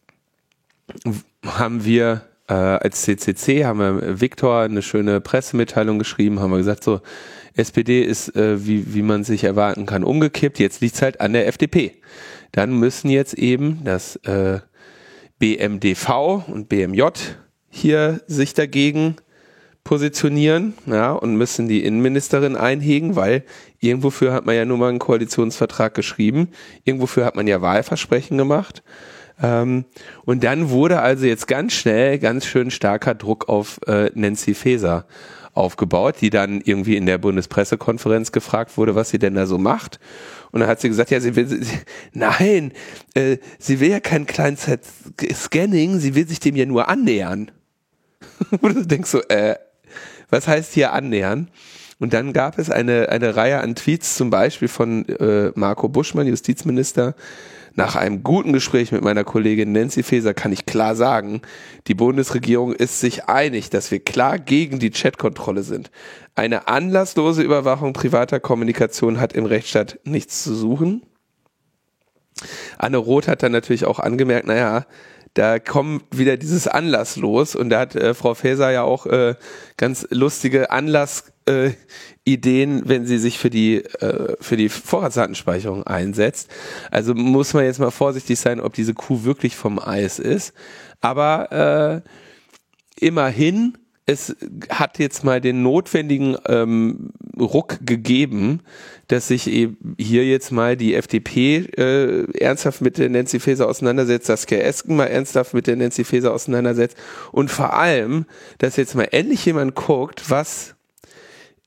haben wir äh, als C C C, haben wir Viktor eine schöne Pressemitteilung geschrieben, haben wir gesagt, so S P D ist, äh, wie, wie man sich erwarten kann, umgekippt, jetzt liegt es halt an der F D P. Dann müssen jetzt eben das äh, B M D V und B M J hier sich dagegen positionieren, ja, und müssen die Innenministerin einhegen, weil irgendwofür hat man ja nun mal einen Koalitionsvertrag geschrieben, irgendwofür hat man ja Wahlversprechen gemacht. Ähm, und dann wurde also jetzt ganz schnell ganz schön starker Druck auf äh, Nancy Faeser aufgebaut, die dann irgendwie in der Bundespressekonferenz gefragt wurde, was sie denn da so macht. Und dann hat sie gesagt, ja, sie will, sie, nein, äh, sie will ja kein Client-Side-Scanning, sie will sich dem ja nur annähern. Und du denkst so, äh, was heißt hier annähern? Und dann gab es eine, eine Reihe an Tweets, zum Beispiel von äh, Marco Buschmann, Justizminister. Nach einem guten Gespräch mit meiner Kollegin Nancy Faeser kann ich klar sagen, die Bundesregierung ist sich einig, dass wir klar gegen die Chatkontrolle sind. Eine anlasslose Überwachung privater Kommunikation hat im Rechtsstaat nichts zu suchen. Anne Roth hat dann natürlich auch angemerkt, naja, da kommt wieder dieses Anlass los und da hat äh, Frau Faeser ja auch äh, ganz lustige Anlassideen, äh, wenn sie sich für die äh, für die Vorratsdatenspeicherung einsetzt. Also muss man jetzt mal vorsichtig sein, ob diese Kuh wirklich vom Eis ist. Aber äh, immerhin, es hat jetzt mal den notwendigen ähm, Ruck gegeben, dass sich eben hier jetzt mal die F D P äh, ernsthaft mit der Nancy Faeser auseinandersetzt, Saskia Esken mal ernsthaft mit der Nancy Faeser auseinandersetzt und vor allem, dass jetzt mal endlich jemand guckt, was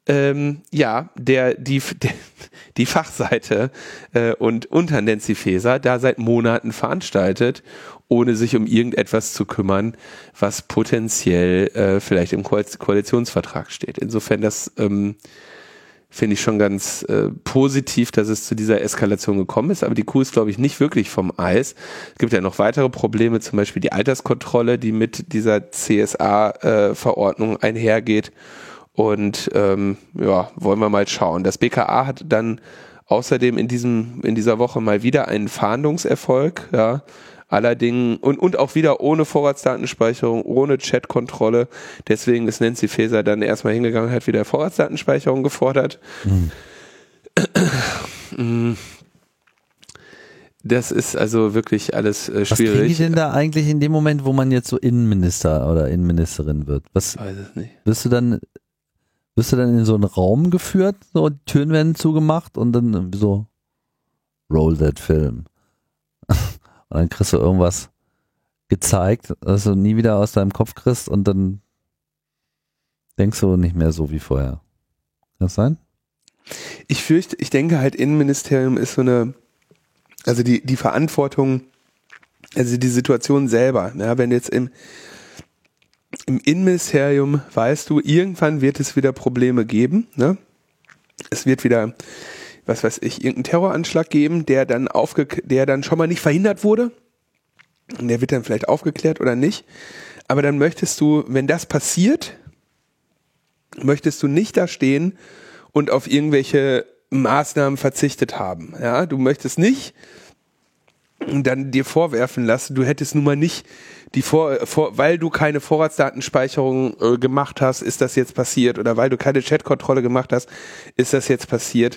ähm, ja, der, die, der, die Fachseite äh, und unter Nancy Faeser da seit Monaten veranstaltet, ohne sich um irgendetwas zu kümmern, was potenziell äh, vielleicht im Ko- Koalitionsvertrag steht. Insofern das ähm, finde ich schon ganz äh, positiv, dass es zu dieser Eskalation gekommen ist, aber die Kuh ist, glaube ich, nicht wirklich vom Eis. Es gibt ja noch weitere Probleme, zum Beispiel die Alterskontrolle, die mit dieser C S A-Verordnung äh, einhergeht. Und ähm, ja, wollen wir mal schauen. Das B K A hat dann außerdem in diesem in dieser Woche mal wieder einen Fahndungserfolg, ja, allerdings und und auch wieder ohne Vorratsdatenspeicherung, ohne Chatkontrolle. Deswegen ist Nancy Faeser dann erstmal hingegangen, hat wieder Vorratsdatenspeicherung gefordert. Mhm. Das ist also wirklich alles äh, schwierig. Was kriege ich denn da eigentlich in dem Moment, wo man jetzt so Innenminister oder Innenministerin wird? Was weiß es nicht. Wirst du dann Wirst du dann in so einen Raum geführt, so die Türen werden zugemacht und dann so roll that film. Und dann kriegst du irgendwas gezeigt, das du nie wieder aus deinem Kopf kriegst und dann denkst du nicht mehr so wie vorher. Kann das sein? Ich fürchte, ich denke halt, Innenministerium ist so eine, also die, die Verantwortung, also die Situation selber, ja, wenn jetzt im Im Innenministerium weißt du, irgendwann wird es wieder Probleme geben. Ne? Es wird wieder, was weiß ich, irgendeinen Terroranschlag geben, der dann aufge, der dann schon mal nicht verhindert wurde. Und der wird dann vielleicht aufgeklärt oder nicht. Aber dann möchtest du, wenn das passiert, möchtest du nicht da stehen und auf irgendwelche Maßnahmen verzichtet haben. Ja, du möchtest nicht dann dir vorwerfen lassen, du hättest nun mal nicht die vor, vor weil du keine Vorratsdatenspeicherung äh, gemacht hast, ist das jetzt passiert, oder weil du keine Chatkontrolle gemacht hast, ist das jetzt passiert.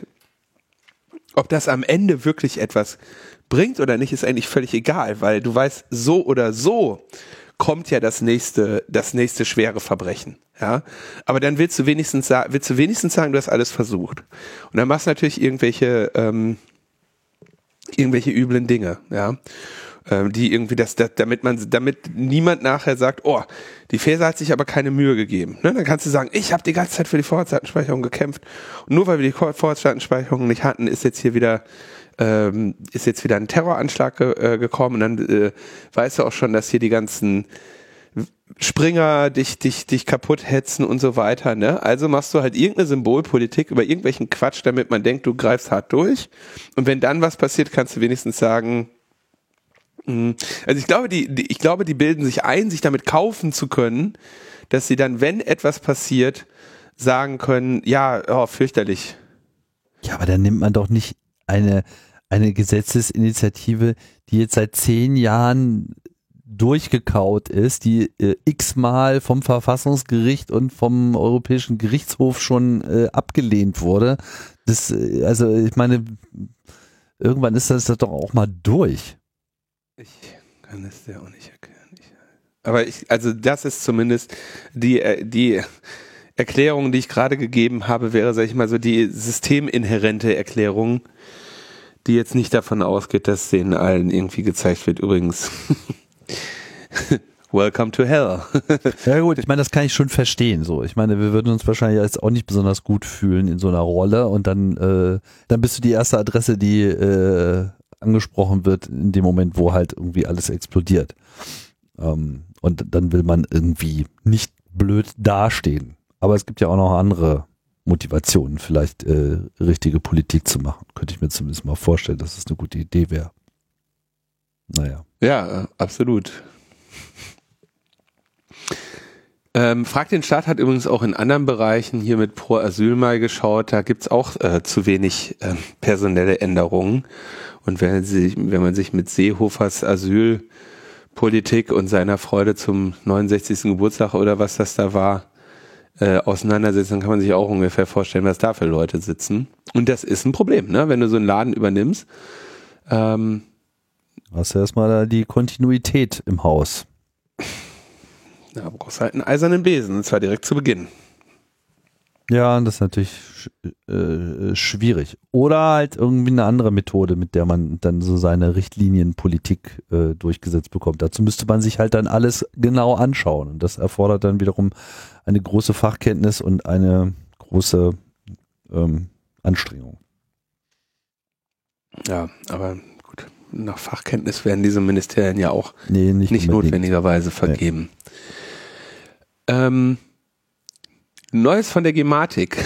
Ob das am Ende wirklich etwas bringt oder nicht, ist eigentlich völlig egal, weil du weißt, so oder so kommt ja das nächste, das nächste schwere Verbrechen. Ja, aber dann willst du wenigstens, willst du wenigstens sagen, du hast alles versucht. Und dann machst du natürlich irgendwelche ähm, irgendwelche üblen Dinge, ja, ähm, die irgendwie das, das, damit man, damit niemand nachher sagt, oh, die Faeser hat sich aber keine Mühe gegeben. Ne? Dann kannst du sagen, ich habe die ganze Zeit für die Vorratsdatenspeicherung gekämpft und nur weil wir die Vorratsdatenspeicherung nicht hatten, ist jetzt hier wieder ähm, ist jetzt wieder ein Terroranschlag ge- äh, gekommen und dann äh, weißt du auch schon, dass hier die ganzen Springer dich, dich, dich kaputt hetzen und so weiter, ne? Also machst du halt irgendeine Symbolpolitik über irgendwelchen Quatsch, damit man denkt, du greifst hart durch. Und wenn dann was passiert, kannst du wenigstens sagen, mh, also ich glaube, die, die, ich glaube, die bilden sich ein, sich damit kaufen zu können, dass sie dann, wenn etwas passiert, sagen können, ja, oh, fürchterlich. Ja, aber dann nimmt man doch nicht eine, eine Gesetzesinitiative, die jetzt seit zehn Jahren durchgekaut ist, die äh, x-mal vom Verfassungsgericht und vom Europäischen Gerichtshof schon äh, abgelehnt wurde. Das, äh, also ich meine, irgendwann ist das doch auch mal durch. Ich kann es dir auch nicht erklären. Ich, aber ich, also das ist zumindest die, die Erklärung, die ich gerade gegeben habe, wäre, sag ich mal, so die systeminhärente Erklärung, die jetzt nicht davon ausgeht, dass denen allen irgendwie gezeigt wird, übrigens welcome to hell. Ja gut, ich meine, das kann ich schon verstehen. So, ich meine, wir würden uns wahrscheinlich jetzt auch nicht besonders gut fühlen in so einer Rolle und dann, äh, dann bist du die erste Adresse, die äh, angesprochen wird in dem Moment, wo halt irgendwie alles explodiert. Ähm, und dann will man irgendwie nicht blöd dastehen. Aber es gibt ja auch noch andere Motivationen, vielleicht äh, richtige Politik zu machen. Könnte ich mir zumindest mal vorstellen, dass es eine gute Idee wäre. Naja. Ja, absolut. Ähm, Frag den Staat hat übrigens auch in anderen Bereichen hier mit Pro Asyl mal geschaut, da gibt's auch äh, zu wenig äh, personelle Änderungen. Und wenn, sich, wenn man sich mit Seehofers Asylpolitik und seiner Freude zum neunundsechzigsten Geburtstag oder was das da war, äh, auseinandersetzt, dann kann man sich auch ungefähr vorstellen, was da für Leute sitzen. Und das ist ein Problem, ne? Wenn du so einen Laden übernimmst. Ähm, Hast du erstmal die Kontinuität im Haus. Ja, du brauchst halt einen eisernen Besen, und zwar direkt zu Beginn. Ja, das ist natürlich sch äh, schwierig. Oder halt irgendwie eine andere Methode, mit der man dann so seine Richtlinienpolitik äh, durchgesetzt bekommt. Dazu müsste man sich halt dann alles genau anschauen. Und das erfordert dann wiederum eine große Fachkenntnis und eine große ähm, Anstrengung. Ja, aber gut, nach Fachkenntnis werden diese Ministerien ja auch nee, nicht, nicht notwendigerweise vergeben. Nee. Ähm, Neues von der Gematik.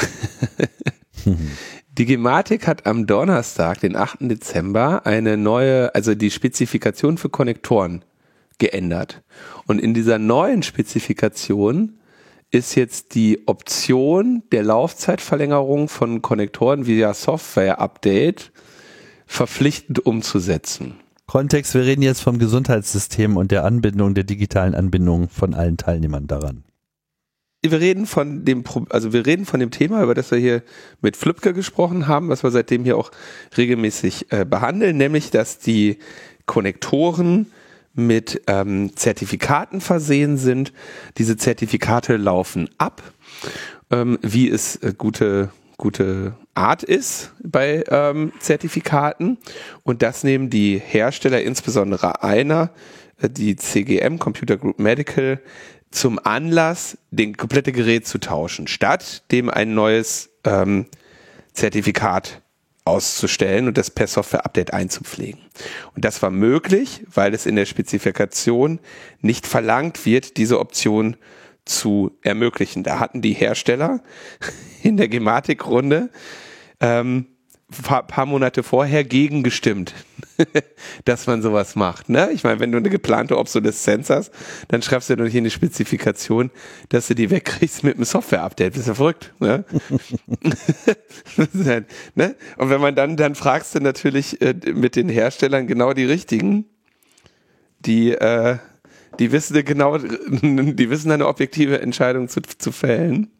Die Gematik hat am Donnerstag, den achten Dezember, eine neue, also die Spezifikation für Konnektoren geändert. Und in dieser neuen Spezifikation ist jetzt die Option der Laufzeitverlängerung von Konnektoren via Software-Update verpflichtend umzusetzen. Kontext, wir reden jetzt vom Gesundheitssystem und der Anbindung, der digitalen Anbindung von allen Teilnehmern daran. Wir reden von dem, also wir reden von dem Thema, über das wir hier mit Flüpke gesprochen haben, was wir seitdem hier auch regelmäßig äh, behandeln, nämlich, dass die Konnektoren mit ähm, Zertifikaten versehen sind. Diese Zertifikate laufen ab, ähm, wie es äh, gute, gute Art ist bei ähm, Zertifikaten. Und das nehmen die Hersteller, insbesondere einer, äh, die C G M, Computer Group Medical, zum Anlass, den komplette Gerät zu tauschen, statt dem ein neues ähm, Zertifikat auszustellen und das per Software-Update einzupflegen. Und das war möglich, weil es in der Spezifikation nicht verlangt wird, diese Option zu ermöglichen. Da hatten die Hersteller in der Gematik-Runde ähm, paar, paar Monate vorher gegen gestimmt, dass man sowas macht. Ne? Ich meine, wenn du eine geplante Obsoleszenz hast, dann schreibst du doch nicht in die Spezifikation, dass du die wegkriegst mit einem Software-Update. Das ist ja verrückt. Ne? halt, ne? Und wenn man dann, dann fragst du natürlich äh, mit den Herstellern genau die richtigen, die, äh, die wissen genau, die wissen eine objektive Entscheidung zu, zu fällen.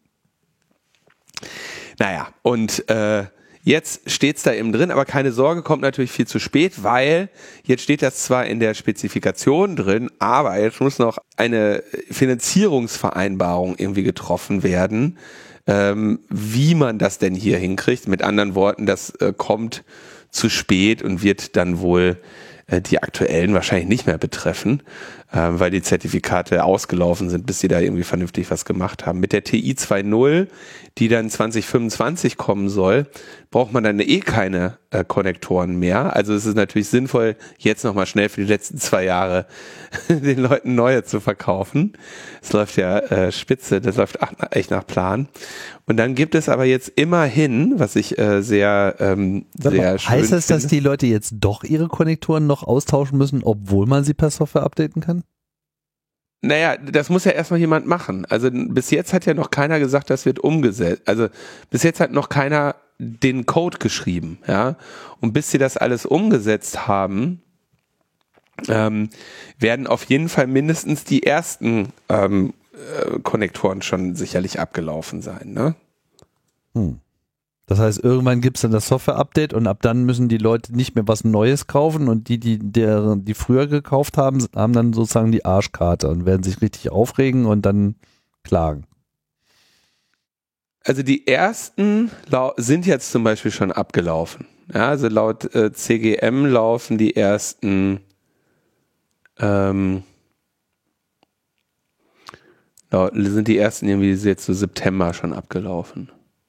Naja, und äh, jetzt steht's da eben drin, aber keine Sorge, kommt natürlich viel zu spät, weil jetzt steht das zwar in der Spezifikation drin, aber jetzt muss noch eine Finanzierungsvereinbarung irgendwie getroffen werden, ähm, wie man das denn hier hinkriegt. Mit anderen Worten, das äh, kommt zu spät und wird dann wohl äh, die aktuellen wahrscheinlich nicht mehr betreffen, äh, weil die Zertifikate ausgelaufen sind, bis sie da irgendwie vernünftig was gemacht haben. Mit der T I zwei Punkt null, die dann zwanzig fünfundzwanzig kommen soll, braucht man dann eh keine äh, Konnektoren mehr. Also es ist natürlich sinnvoll, jetzt nochmal schnell für die letzten zwei Jahre den Leuten neue zu verkaufen. Es läuft ja äh, spitze, das läuft echt nach Plan. Und dann gibt es aber jetzt immerhin, was ich äh, sehr, ähm, sehr schön Heißt das, finde, dass die Leute jetzt doch ihre Konnektoren noch austauschen müssen, obwohl man sie per Software updaten kann? Naja, das muss ja erstmal jemand machen. Also bis jetzt hat ja noch keiner gesagt, das wird umgesetzt. Also bis jetzt hat noch keiner den Code geschrieben, ja. Und bis sie das alles umgesetzt haben, ähm, werden auf jeden Fall mindestens die ersten ähm, äh, Konnektoren schon sicherlich abgelaufen sein, ne? Hm. Das heißt, irgendwann gibt es dann das Software-Update und ab dann müssen die Leute nicht mehr was Neues kaufen und die, die, der, die früher gekauft haben, haben dann sozusagen die Arschkarte und werden sich richtig aufregen und dann klagen. Also die ersten lau- sind jetzt zum Beispiel schon abgelaufen. Ja, also laut äh, C G M laufen die ersten ähm, laut, sind die ersten irgendwie jetzt so September schon abgelaufen.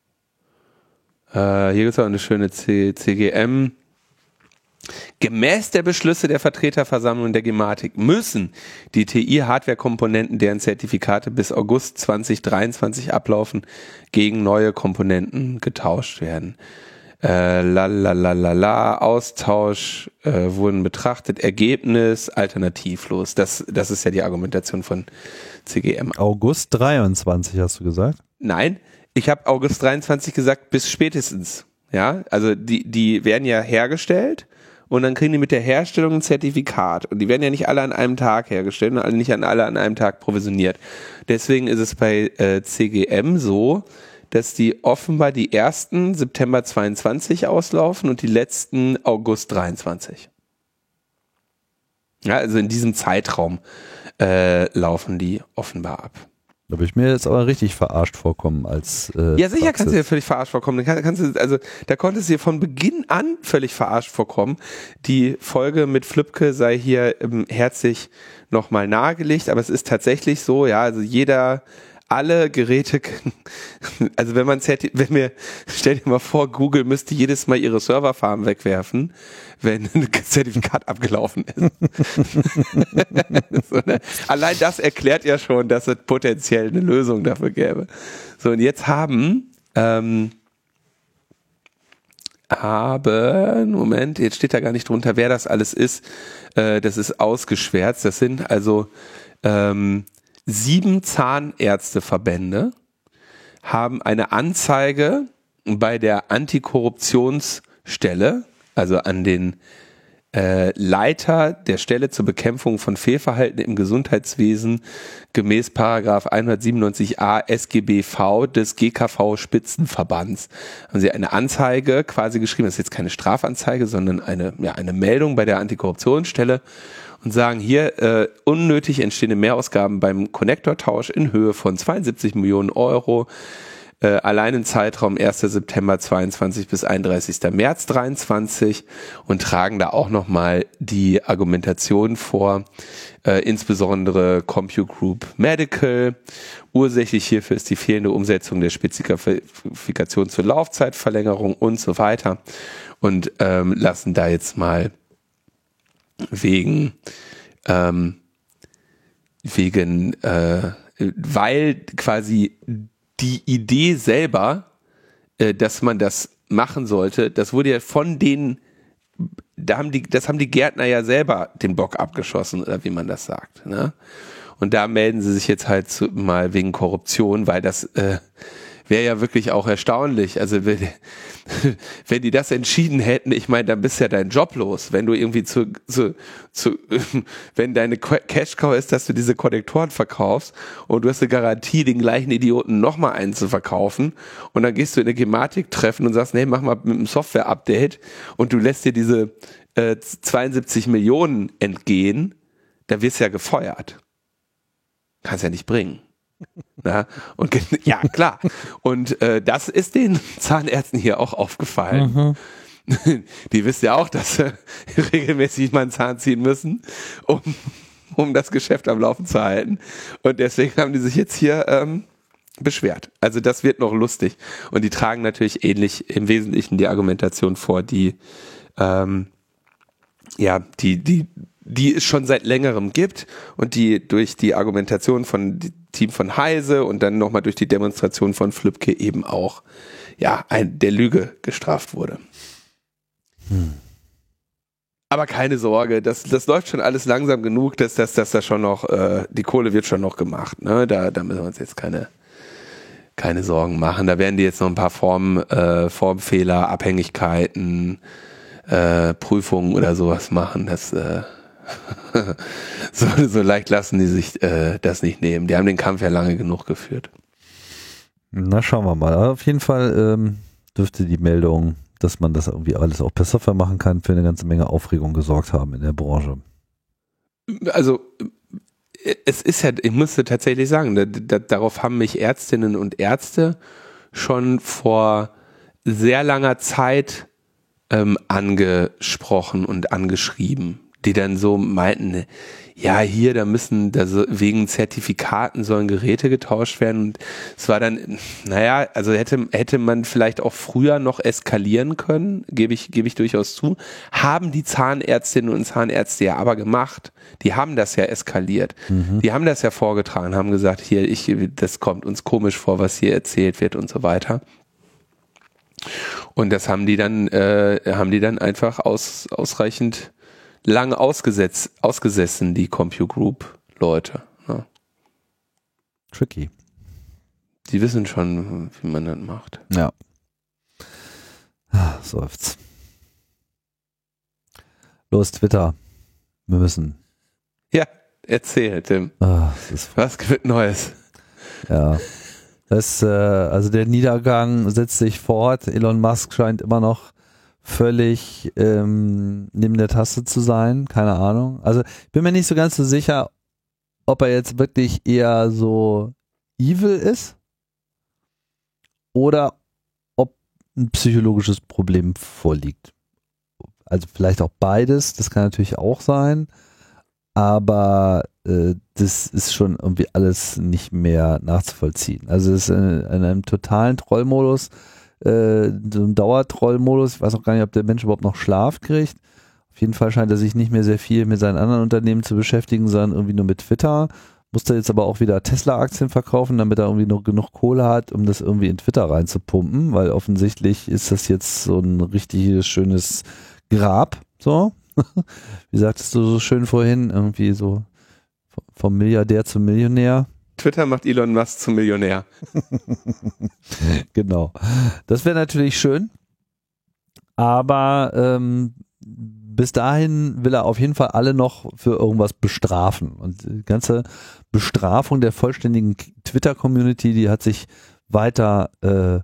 Äh, hier gibt es auch eine schöne C- CGM. Gemäß der Beschlüsse der Vertreterversammlung der Gematik müssen die T I-Hardware-Komponenten, deren Zertifikate bis August zwanzig dreiundzwanzig ablaufen, gegen neue Komponenten getauscht werden. Äh, lalalala, Austausch äh, wurden betrachtet, Ergebnis alternativlos. Das, das ist ja die Argumentation von C G M. August dreiundzwanzig hast du gesagt? Nein, ich habe August dreiundzwanzig gesagt, bis spätestens. Ja, also die, die werden ja hergestellt und dann kriegen die mit der Herstellung ein Zertifikat. Und die werden ja nicht alle an einem Tag hergestellt und nicht an alle an einem Tag provisioniert. Deswegen ist es bei äh, C G M so, dass die offenbar die ersten September zweiundzwanzig auslaufen und die letzten August dreiundzwanzig. Ja, also in diesem Zeitraum äh, laufen die offenbar ab. Da würde ich mir jetzt aber richtig verarscht vorkommen als äh, Ja, sicher Praxis. kannst du dir völlig verarscht vorkommen. Kann, kannst du, also da konntest du dir von Beginn an völlig verarscht vorkommen. Die Folge mit Flüpke sei hier ähm, herzlich nochmal nahegelegt, aber es ist tatsächlich so, ja, also jeder alle Geräte, also wenn man, wenn wir, stell dir mal vor, Google müsste jedes Mal ihre Serverfarm wegwerfen, wenn ein Zertifikat abgelaufen ist. So, ne? Allein das erklärt ja schon, dass es potenziell eine Lösung dafür gäbe. So, und jetzt haben, ähm, haben, Moment, jetzt steht da gar nicht drunter, wer das alles ist. Äh, das ist ausgeschwärzt. Das sind also ähm, sieben Zahnärzteverbände haben eine Anzeige bei der Antikorruptionsstelle, also an den äh, Leiter der Stelle zur Bekämpfung von Fehlverhalten im Gesundheitswesen gemäß Paragraph hundertsiebenundneunzig a S G B V des G K V-Spitzenverbands. Haben sie eine Anzeige quasi geschrieben, das ist jetzt keine Strafanzeige, sondern eine, ja, eine Meldung bei der Antikorruptionsstelle und sagen hier, äh, unnötig entstehende Mehrausgaben beim Konnektortausch in Höhe von zweiundsiebzig Millionen Euro, äh, allein im Zeitraum erster September zweiundzwanzig bis einunddreißigster März dreiundzwanzig und tragen da auch nochmal die Argumentation vor, äh, insbesondere CompuGroup Medical. Ursächlich hierfür ist die fehlende Umsetzung der Spezifikation zur Laufzeitverlängerung und so weiter und ähm, lassen da jetzt mal wegen ähm, wegen äh, weil quasi die Idee selber, äh, dass man das machen sollte, das wurde ja von denen, da haben die, das haben die Gärtner ja selber den Bock abgeschossen, oder wie man das sagt, ne? Und da melden sie sich jetzt halt zu, mal wegen Korruption, weil das äh, wäre ja wirklich auch erstaunlich. Also wenn, wenn die das entschieden hätten, ich meine, dann bist ja dein Job los. Wenn du irgendwie zu, zu, zu wenn deine Cash-Cow ist, dass du diese Konnektoren verkaufst und du hast eine Garantie, den gleichen Idioten nochmal einen zu verkaufen und dann gehst du in eine Gematik-Treffen und sagst, nee, mach mal mit einem Software-Update und du lässt dir diese äh, zweiundsiebzig Millionen entgehen, dann wirst du ja gefeuert. Kannst ja nicht bringen. Na, und ja, klar. Und äh, das ist den Zahnärzten hier auch aufgefallen. Mhm. Die wissen ja auch, dass sie regelmäßig mal einen Zahn ziehen müssen, um, um das Geschäft am Laufen zu halten. Und deswegen haben die sich jetzt hier ähm, beschwert. Also das wird noch lustig. Und die tragen natürlich ähnlich im Wesentlichen die Argumentation vor, die ähm, ja, die, die die es schon seit längerem gibt und die durch die Argumentation von Team von Heise und dann nochmal durch die Demonstration von Flübke eben auch ja, ein, der Lüge gestraft wurde. Hm. Aber keine Sorge, das, das läuft schon alles langsam genug, dass, dass, dass da schon noch, äh, die Kohle wird schon noch gemacht. Ne? Da, da müssen wir uns jetzt keine, keine Sorgen machen. Da werden die jetzt noch ein paar Form, äh, Formfehler, Abhängigkeiten, äh, Prüfungen oder sowas machen. Das äh, so, so leicht lassen die sich äh, das nicht nehmen. Die haben den Kampf ja lange genug geführt. Na, schauen wir mal. Auf jeden Fall ähm, dürfte die Meldung, dass man das irgendwie alles auch per Software machen kann, für eine ganze Menge Aufregung gesorgt haben in der Branche. Also es ist ja, ich musste tatsächlich sagen, da, da, darauf haben mich Ärztinnen und Ärzte schon vor sehr langer Zeit ähm, angesprochen und angeschrieben, die dann so meinten, ja, hier, da müssen, da so, wegen Zertifikaten sollen Geräte getauscht werden. Und es war dann, naja, also hätte, hätte man vielleicht auch früher noch eskalieren können, gebe ich, gebe ich durchaus zu. Haben die Zahnärztinnen und Zahnärzte ja aber gemacht. Die haben das ja eskaliert. Mhm. Die haben das ja vorgetragen, haben gesagt, hier, ich, das kommt uns komisch vor, was hier erzählt wird und so weiter. Und das haben die dann, äh, haben die dann einfach aus, ausreichend lang ausgesetzt, ausgesessen, die CompuGroup-Leute. Ja. Tricky. Die wissen schon, wie man das macht. Ja. Ah, seufzt. Los, Twitter. Wir müssen. Ja, erzähl, Tim. Ah, das ist Was gibt Neues? Ja. Das, äh, also der Niedergang setzt sich fort. Elon Musk scheint immer noch völlig ähm, neben der Taste zu sein, keine Ahnung. Also ich bin mir nicht so ganz so sicher, ob er jetzt wirklich eher so evil ist oder ob ein psychologisches Problem vorliegt. Also vielleicht auch beides, das kann natürlich auch sein, aber äh, das ist schon irgendwie alles nicht mehr nachzuvollziehen. Also es ist in, in einem totalen Trollmodus, äh, so ein Dauertrollmodus. Ich weiß auch gar nicht, ob der Mensch überhaupt noch Schlaf kriegt. Auf jeden Fall scheint er sich nicht mehr sehr viel mit seinen anderen Unternehmen zu beschäftigen, sondern irgendwie nur mit Twitter. Musste jetzt aber auch wieder Tesla-Aktien verkaufen, damit er irgendwie noch genug Kohle hat, um das irgendwie in Twitter reinzupumpen, weil offensichtlich ist das jetzt so ein richtiges, schönes Grab, so. Wie sagtest du so schön vorhin, irgendwie so vom Milliardär zum Millionär. Twitter macht Elon Musk zum Millionär. Genau. Das wäre natürlich schön, aber ähm, bis dahin will er auf jeden Fall alle noch für irgendwas bestrafen. Und die ganze Bestrafung der vollständigen Twitter-Community, die hat sich weiter äh,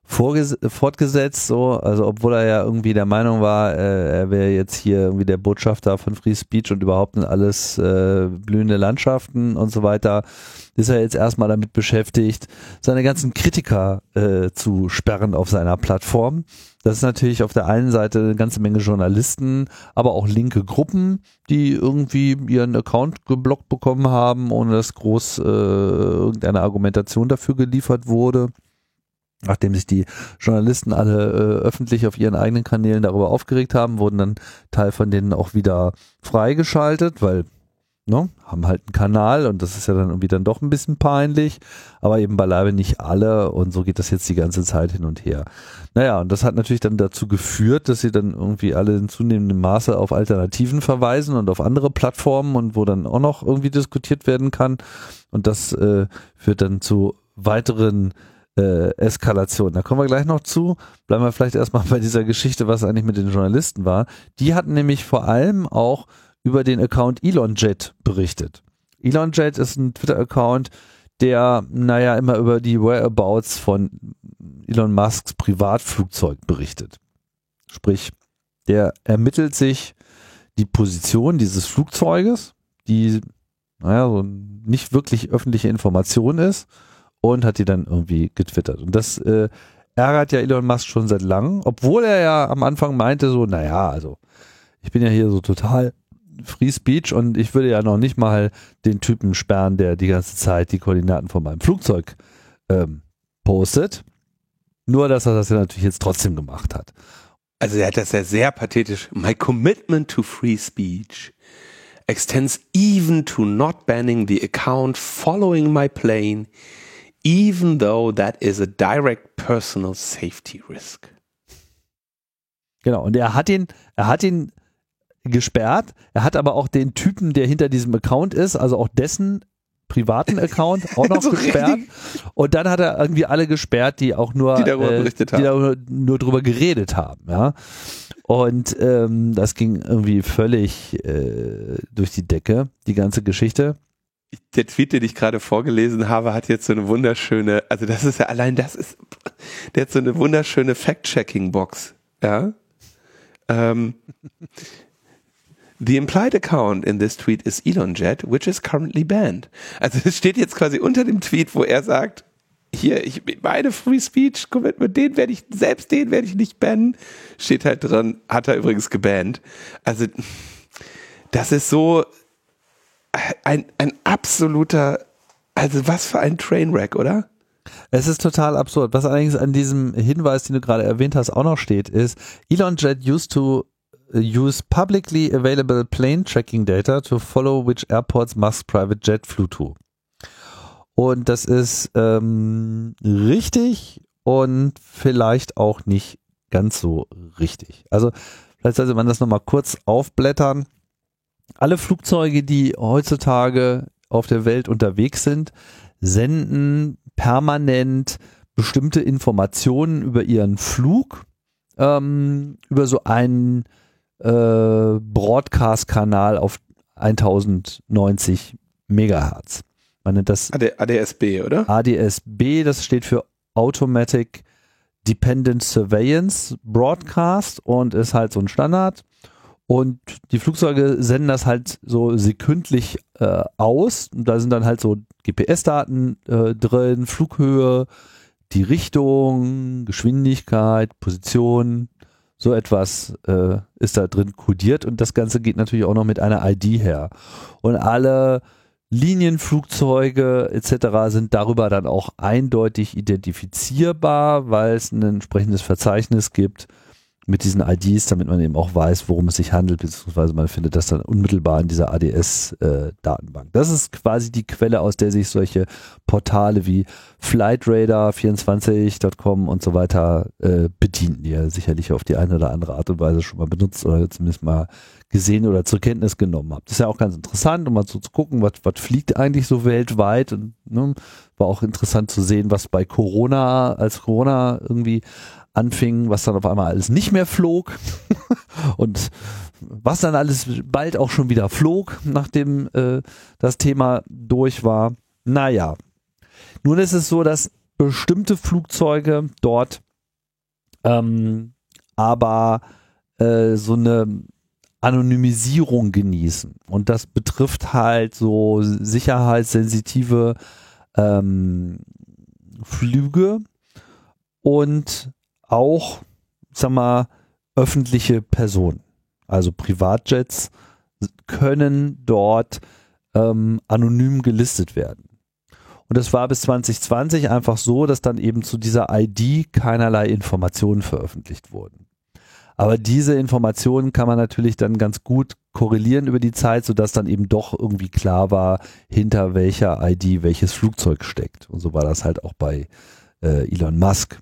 fortgesetzt, so, also obwohl er ja irgendwie der Meinung war, äh, er wäre jetzt hier irgendwie der Botschafter von Free Speech und überhaupt alles äh, blühende Landschaften und so weiter, ist er jetzt erstmal damit beschäftigt, seine ganzen Kritiker äh, zu sperren auf seiner Plattform. Das ist natürlich auf der einen Seite eine ganze Menge Journalisten, aber auch linke Gruppen, die irgendwie ihren Account geblockt bekommen haben, ohne dass groß äh, irgendeine Argumentation dafür geliefert wurde. Nachdem sich die Journalisten alle äh, öffentlich auf ihren eigenen Kanälen darüber aufgeregt haben, wurden dann Teil von denen auch wieder freigeschaltet, weil, ne, haben halt einen Kanal und das ist ja dann irgendwie dann doch ein bisschen peinlich, aber eben beileibe nicht alle und so geht das jetzt die ganze Zeit hin und her. Naja, und das hat natürlich dann dazu geführt, dass sie dann irgendwie alle in zunehmendem Maße auf Alternativen verweisen und auf andere Plattformen und wo dann auch noch irgendwie diskutiert werden kann und das äh, führt dann zu weiteren Äh, Eskalation. Da kommen wir gleich noch zu. Bleiben wir vielleicht erstmal bei dieser Geschichte, was eigentlich mit den Journalisten war. Die hatten nämlich vor allem auch über den Account ElonJet berichtet. ElonJet ist ein Twitter-Account, der, naja, immer über die Whereabouts von Elon Musks Privatflugzeug berichtet. Sprich, der ermittelt sich die Position dieses Flugzeuges, die, naja, so nicht wirklich öffentliche Information ist, und hat die dann irgendwie getwittert. Und das äh, ärgert ja Elon Musk schon seit langem, obwohl er ja am Anfang meinte so, naja, also ich bin ja hier so total Free Speech und ich würde ja noch nicht mal den Typen sperren, der die ganze Zeit die Koordinaten von meinem Flugzeug ähm, postet. Nur, dass er das ja natürlich jetzt trotzdem gemacht hat. Also er hat das ja sehr pathetisch. My commitment to free speech extends even to not banning the account following my plane, even though that is a direct personal safety risk. Genau, und er hat ihn, er hat ihn gesperrt, er hat aber auch den Typen, der hinter diesem Account ist, also auch dessen privaten Account auch noch so gesperrt. Richtig. Und dann hat er irgendwie alle gesperrt, die auch nur, die darüber äh, berichtet die haben. darüber, nur drüber geredet haben, ja. Und ähm, das ging irgendwie völlig äh, durch die Decke, die ganze Geschichte. Der Tweet, den ich gerade vorgelesen habe, hat jetzt so eine wunderschöne, also das ist ja allein das ist, der hat so eine wunderschöne Fact-Checking-Box, ja. Ähm, The implied account in this tweet is ElonJet, which is currently banned. Also es steht jetzt quasi unter dem Tweet, wo er sagt, hier, ich meine Free Speech Commitment, den werde ich, selbst den werde ich nicht bannen. Steht halt dran, hat er übrigens gebannt. Also das ist so ein, ein absoluter, also was für ein Trainwreck, oder? Es ist total absurd. Was allerdings an diesem Hinweis, den du gerade erwähnt hast, auch noch steht, ist, ElonJet used to use publicly available plane tracking data to follow which airports Musk's private jet flew to. Und das ist ähm, richtig und vielleicht auch nicht ganz so richtig. Also vielleicht sollte man das nochmal kurz aufblättern. Alle Flugzeuge, die heutzutage auf der Welt unterwegs sind, senden permanent bestimmte Informationen über ihren Flug, ähm, über so einen äh, Broadcast-Kanal auf tausendneunzig Megahertz. Man nennt das A D S B, oder? A D S B, das steht für Automatic Dependent Surveillance Broadcast und ist halt so ein Standard. Und die Flugzeuge senden das halt so sekündlich äh, aus. Und da sind dann halt so G P S-Daten äh, drin, Flughöhe, die Richtung, Geschwindigkeit, Position, so etwas äh, ist da drin kodiert. Und das Ganze geht natürlich auch noch mit einer I D her. Und alle Linienflugzeuge et cetera sind darüber dann auch eindeutig identifizierbar, weil es ein entsprechendes Verzeichnis gibt mit diesen I Ds, damit man eben auch weiß, worum es sich handelt, beziehungsweise man findet das dann unmittelbar in dieser A D S-Datenbank. Das ist quasi die Quelle, aus der sich solche Portale wie Flightradar vierundzwanzig Punkt com und so weiter äh, bedienen, die ja sicherlich auf die eine oder andere Art und Weise schon mal benutzt oder zumindest mal gesehen oder zur Kenntnis genommen habt. Das ist ja auch ganz interessant, um mal so zu gucken, was, was fliegt eigentlich so weltweit. Und, ne, war auch interessant zu sehen, was bei Corona, als Corona irgendwie anfing, was dann auf einmal alles nicht mehr flog und was dann alles bald auch schon wieder flog, nachdem äh, das Thema durch war. Naja, nun ist es so, dass bestimmte Flugzeuge dort ähm, aber äh, so eine Anonymisierung genießen. Und das betrifft halt so sicherheitssensitive ähm, Flüge und auch, sag mal, öffentliche Personen. Also Privatjets können dort ähm, anonym gelistet werden. Und das war bis zwanzig zwanzig einfach so, dass dann eben zu dieser I D keinerlei Informationen veröffentlicht wurden. Aber diese Informationen kann man natürlich dann ganz gut korrelieren über die Zeit, sodass dann eben doch irgendwie klar war, hinter welcher I D welches Flugzeug steckt. Und so war das halt auch bei äh, Elon Musk.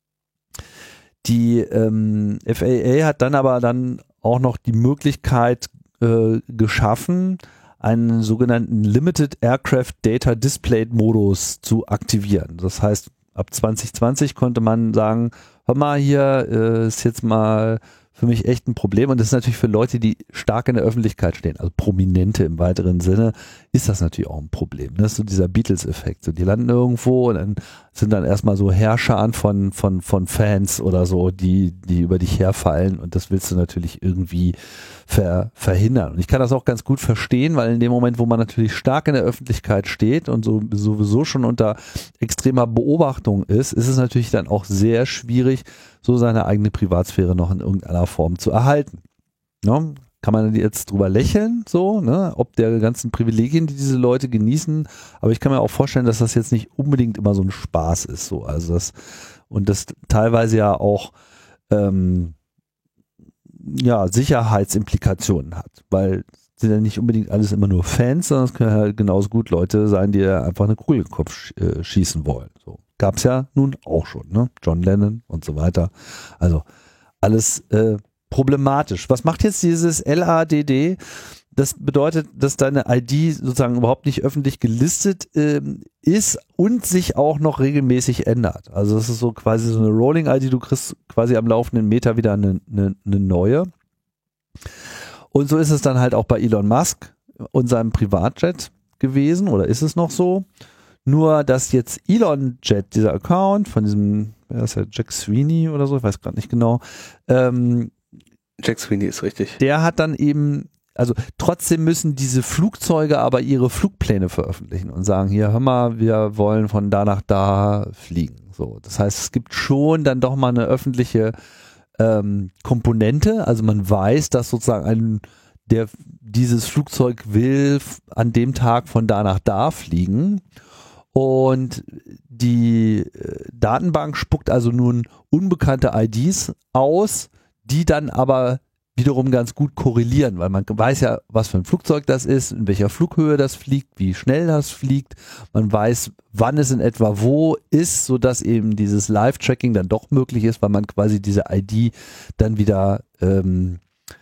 Die ähm, F A A hat dann aber dann auch noch die Möglichkeit äh, geschaffen, einen sogenannten Limited Aircraft Data Displayed Modus zu aktivieren. Das heißt, ab zwanzig zwanzig konnte man sagen, hör mal, hier äh, ist jetzt mal für mich echt ein Problem, und das ist natürlich für Leute, die stark in der Öffentlichkeit stehen, also Prominente im weiteren Sinne, ist das natürlich auch ein Problem. Das ist so dieser Beatles-Effekt. So, die landen irgendwo und dann sind dann erstmal so Herrscharen von, von, von Fans oder so, die, die über dich herfallen, und das willst du natürlich irgendwie ver, verhindern. Und ich kann das auch ganz gut verstehen, weil in dem Moment, wo man natürlich stark in der Öffentlichkeit steht und so, sowieso schon unter extremer Beobachtung ist, ist es natürlich dann auch sehr schwierig, so seine eigene Privatsphäre noch in irgendeiner Form zu erhalten. Ja, kann man jetzt drüber lächeln, so, ne, ob der ganzen Privilegien, die diese Leute genießen, aber ich kann mir auch vorstellen, dass das jetzt nicht unbedingt immer so ein Spaß ist, so, also das, und das teilweise ja auch ähm, ja, Sicherheitsimplikationen hat, weil es sind ja nicht unbedingt alles immer nur Fans, sondern es können halt genauso gut Leute sein, die ja einfach eine Kugel in den Kopf sch äh, schießen wollen, so. Gab's ja nun auch schon, ne? John Lennon und so weiter. Also alles äh, problematisch. Was macht jetzt dieses L A D D? Das bedeutet, dass deine I D sozusagen überhaupt nicht öffentlich gelistet ähm, ist und sich auch noch regelmäßig ändert. Also das ist so quasi so eine Rolling I D. Du kriegst quasi am laufenden Meter wieder eine, eine, eine neue. Und so ist es dann halt auch bei Elon Musk und seinem Privatjet gewesen, oder ist es noch so? Nur, dass jetzt ElonJet, dieser Account von diesem, wer ist der, Jack Sweeney oder so, ich weiß gerade nicht genau. Ähm, Jack Sweeney ist richtig. Der hat dann eben, also trotzdem müssen diese Flugzeuge aber ihre Flugpläne veröffentlichen und sagen, hier, hör mal, wir wollen von da nach da fliegen. So, das heißt, es gibt schon dann doch mal eine öffentliche ähm, Komponente. Also man weiß, dass sozusagen ein, der dieses Flugzeug will an dem Tag von da nach da fliegen. Und die äh, Datenbank spuckt also nun unbekannte I Ds aus, die dann aber wiederum ganz gut korrelieren, weil man weiß ja, was für ein Flugzeug das ist, in welcher Flughöhe das fliegt, wie schnell das fliegt. Man weiß, wann es in etwa wo ist, sodass eben dieses Live-Tracking dann doch möglich ist, weil man quasi diese I D dann wieder ähm,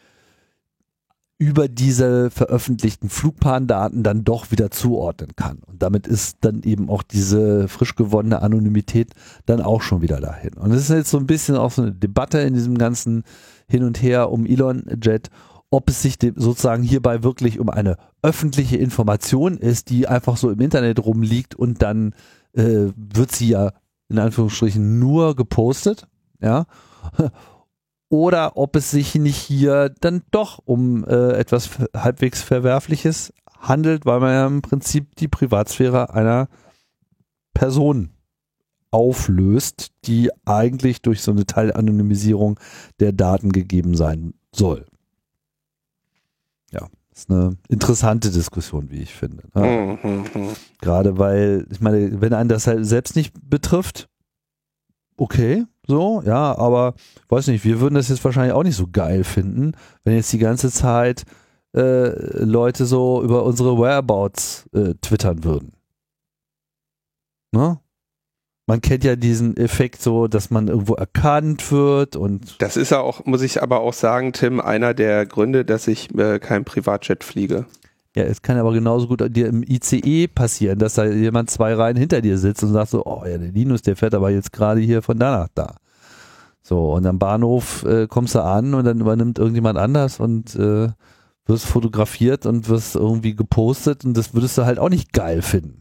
über diese veröffentlichten Flugbahndaten dann doch wieder zuordnen kann. Und damit ist dann eben auch diese frisch gewonnene Anonymität dann auch schon wieder dahin. Und es ist jetzt so ein bisschen auch so eine Debatte in diesem ganzen Hin und Her um ElonJet, ob es sich sozusagen hierbei wirklich um eine öffentliche Information ist, die einfach so im Internet rumliegt, und dann äh, wird sie ja in Anführungsstrichen nur gepostet, ja, oder ob es sich nicht hier dann doch um äh, etwas halbwegs Verwerfliches handelt, weil man ja im Prinzip die Privatsphäre einer Person auflöst, die eigentlich durch so eine Teilanonymisierung der Daten gegeben sein soll. Ja, Das ist eine interessante Diskussion, wie ich finde. Ne? Mhm. Gerade weil, ich meine, wenn einen das halt selbst nicht betrifft, okay, so, ja, aber weiß nicht, wir würden das jetzt wahrscheinlich auch nicht so geil finden, wenn jetzt die ganze Zeit äh, Leute so über unsere Whereabouts äh, twittern würden. Ne? Man kennt ja diesen Effekt so, dass man irgendwo erkannt wird und. Das ist ja auch, muss ich aber auch sagen, Tim, einer der Gründe, dass ich äh, kein Privatjet fliege. Ja, es kann aber genauso gut dir im I C E passieren, dass da jemand zwei Reihen hinter dir sitzt und sagt so, oh ja, der Linus, der fährt aber jetzt gerade hier von da nach da. So, und am Bahnhof äh, kommst du an und dann übernimmt irgendjemand anders und äh, wirst fotografiert und wirst irgendwie gepostet und das würdest du halt auch nicht geil finden.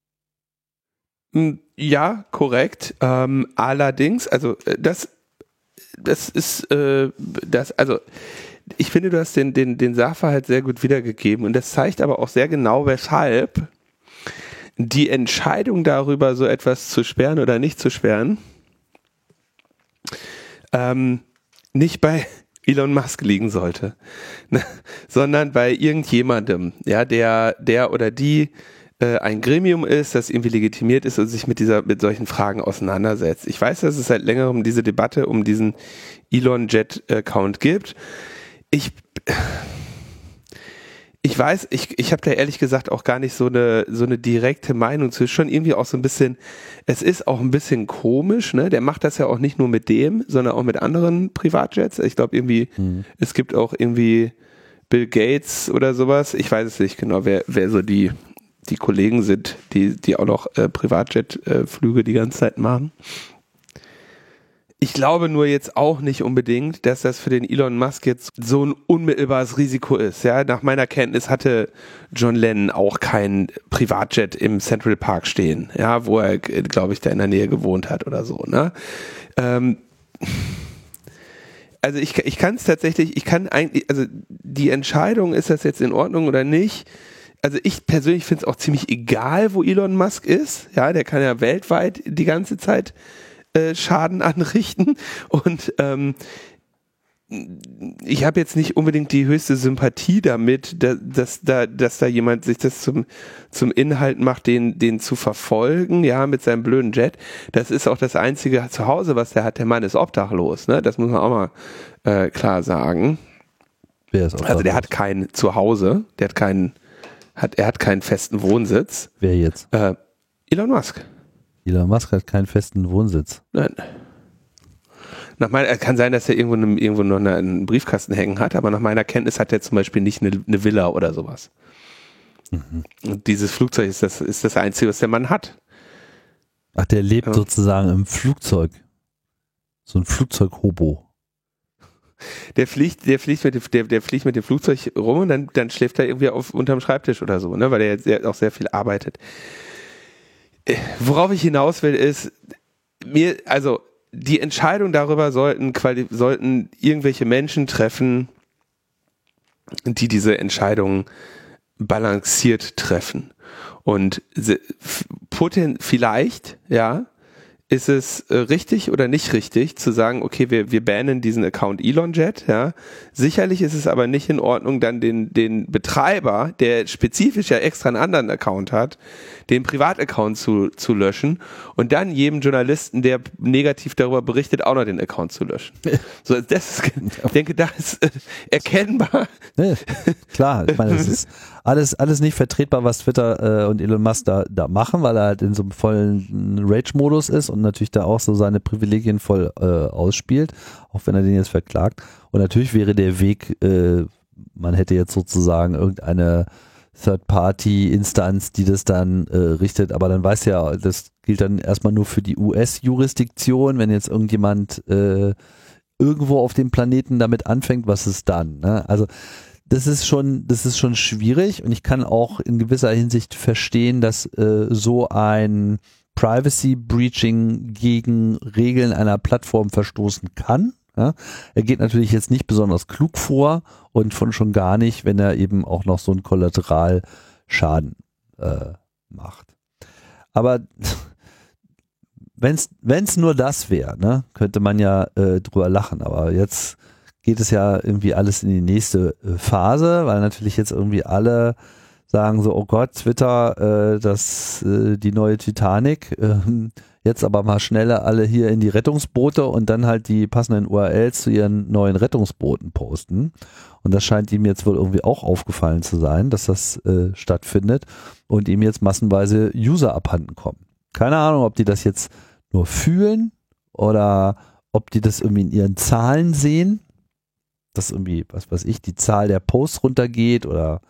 Ja, korrekt. Ähm, allerdings, also das, das ist, äh, das, also ich finde, du hast den, den, den Sachverhalt sehr gut wiedergegeben und das zeigt aber auch sehr genau, weshalb die Entscheidung darüber, so etwas zu sperren oder nicht zu sperren, ähm, nicht bei Elon Musk liegen sollte, ne, sondern bei irgendjemandem, ja, der, der oder die ein Gremium ist, das irgendwie legitimiert ist und sich mit dieser, mit solchen Fragen auseinandersetzt. Ich weiß, dass es seit längerem diese Debatte um diesen Elon-Jet-Account gibt. Ich, ich weiß, ich, ich habe da ehrlich gesagt auch gar nicht so eine, so eine direkte Meinung zu. Ist schon irgendwie auch so ein bisschen, es ist auch ein bisschen komisch, ne? Der macht das ja auch nicht nur mit dem, sondern auch mit anderen Privatjets. Ich glaube irgendwie, hm. es gibt auch irgendwie Bill Gates oder sowas. Ich weiß es nicht genau, wer, wer so die die Kollegen sind, die, die auch noch äh, Privatjet-Flüge äh, die ganze Zeit machen. Ich glaube nur jetzt auch nicht unbedingt, dass das für den Elon Musk jetzt so ein unmittelbares Risiko ist. Ja, nach meiner Kenntnis hatte John Lennon auch kein Privatjet im Central Park stehen, ja, wo er, glaube ich, da in der Nähe gewohnt hat oder so. Ne? Ähm, also ich, ich kann es tatsächlich, ich kann eigentlich, also die Entscheidung, ist das jetzt in Ordnung oder nicht. Also ich persönlich finde es auch ziemlich egal, wo Elon Musk ist. Ja, der kann ja weltweit die ganze Zeit äh, Schaden anrichten. Und ähm, ich habe jetzt nicht unbedingt die höchste Sympathie damit, dass, dass, da, dass da jemand sich das zum, zum Inhalt macht, den, den zu verfolgen, ja, mit seinem blöden Jet. Das ist auch das einzige Zuhause, was der hat. Der Mann ist obdachlos, ne? Das muss man auch mal äh, klar sagen. Wer ist obdachlos? Also der hat kein Zuhause, der hat keinen Hat, er hat keinen festen Wohnsitz. Wer jetzt? Äh, Elon Musk. Elon Musk hat keinen festen Wohnsitz. Nein. Nach meiner, kann sein, dass er irgendwo, ne, irgendwo noch eine, einen Briefkasten hängen hat, aber nach meiner Kenntnis hat er zum Beispiel nicht eine, eine Villa oder sowas. Mhm. Und dieses Flugzeug ist das, ist das Einzige, was der Mann hat. Ach, der lebt ja. sozusagen im Flugzeug. So ein Flugzeughobo. Der fliegt, der fliegt mit dem, der, der fliegt mit dem Flugzeug rum und dann, dann schläft er irgendwie auf, unterm Schreibtisch oder so, ne, weil er jetzt sehr, auch sehr viel arbeitet. Worauf ich hinaus will, ist, mir, also, die Entscheidung darüber sollten, sollten irgendwelche Menschen treffen, die diese Entscheidung balanciert treffen. Und poten, vielleicht, ja, ist es äh, richtig oder nicht richtig zu sagen, okay, wir, wir bannen diesen Account ElonJet, ja. Sicherlich ist es aber nicht in Ordnung, dann den, den Betreiber, der spezifisch ja extra einen anderen Account hat, den Privataccount zu, zu löschen und dann jedem Journalisten, der negativ darüber berichtet, auch noch den Account zu löschen. So, das ist, ich denke, das ist äh, erkennbar. Nee, klar, ich meine, es ist alles, alles nicht vertretbar, was Twitter äh, und Elon Musk da, da machen, weil er halt in so einem vollen Rage-Modus ist und natürlich da auch so seine Privilegien voll äh, ausspielt, auch wenn er den jetzt verklagt. Und natürlich wäre der Weg, äh, man hätte jetzt sozusagen irgendeine Third-Party-Instanz, die das dann äh, richtet, aber dann weiß ja, das gilt dann erstmal nur für die U S-Jurisdiktion, wenn jetzt irgendjemand äh, irgendwo auf dem Planeten damit anfängt, was ist dann? Ne? Also das ist schon, das ist schon schwierig und ich kann auch in gewisser Hinsicht verstehen, dass äh, so ein Privacy Breaching gegen Regeln einer Plattform verstoßen kann. Ja? Er geht natürlich jetzt nicht besonders klug vor und von schon gar nicht, wenn er eben auch noch so einen Kollateralschaden äh, macht. Aber wenn es nur das wäre, ne, könnte man ja äh, drüber lachen. Aber jetzt geht es ja irgendwie alles in die nächste Phase, weil natürlich jetzt irgendwie alle sagen so, oh Gott, Twitter, äh, das, äh, die neue Titanic, äh, jetzt aber mal schneller alle hier in die Rettungsboote und dann halt die passenden U R Ls zu ihren neuen Rettungsbooten posten. Und das scheint ihm jetzt wohl irgendwie auch aufgefallen zu sein, dass das äh, stattfindet und ihm jetzt massenweise User abhanden kommen. Keine Ahnung, ob die das jetzt nur fühlen oder ob die das irgendwie in ihren Zahlen sehen, dass irgendwie, was weiß ich, die Zahl der Posts runtergeht oder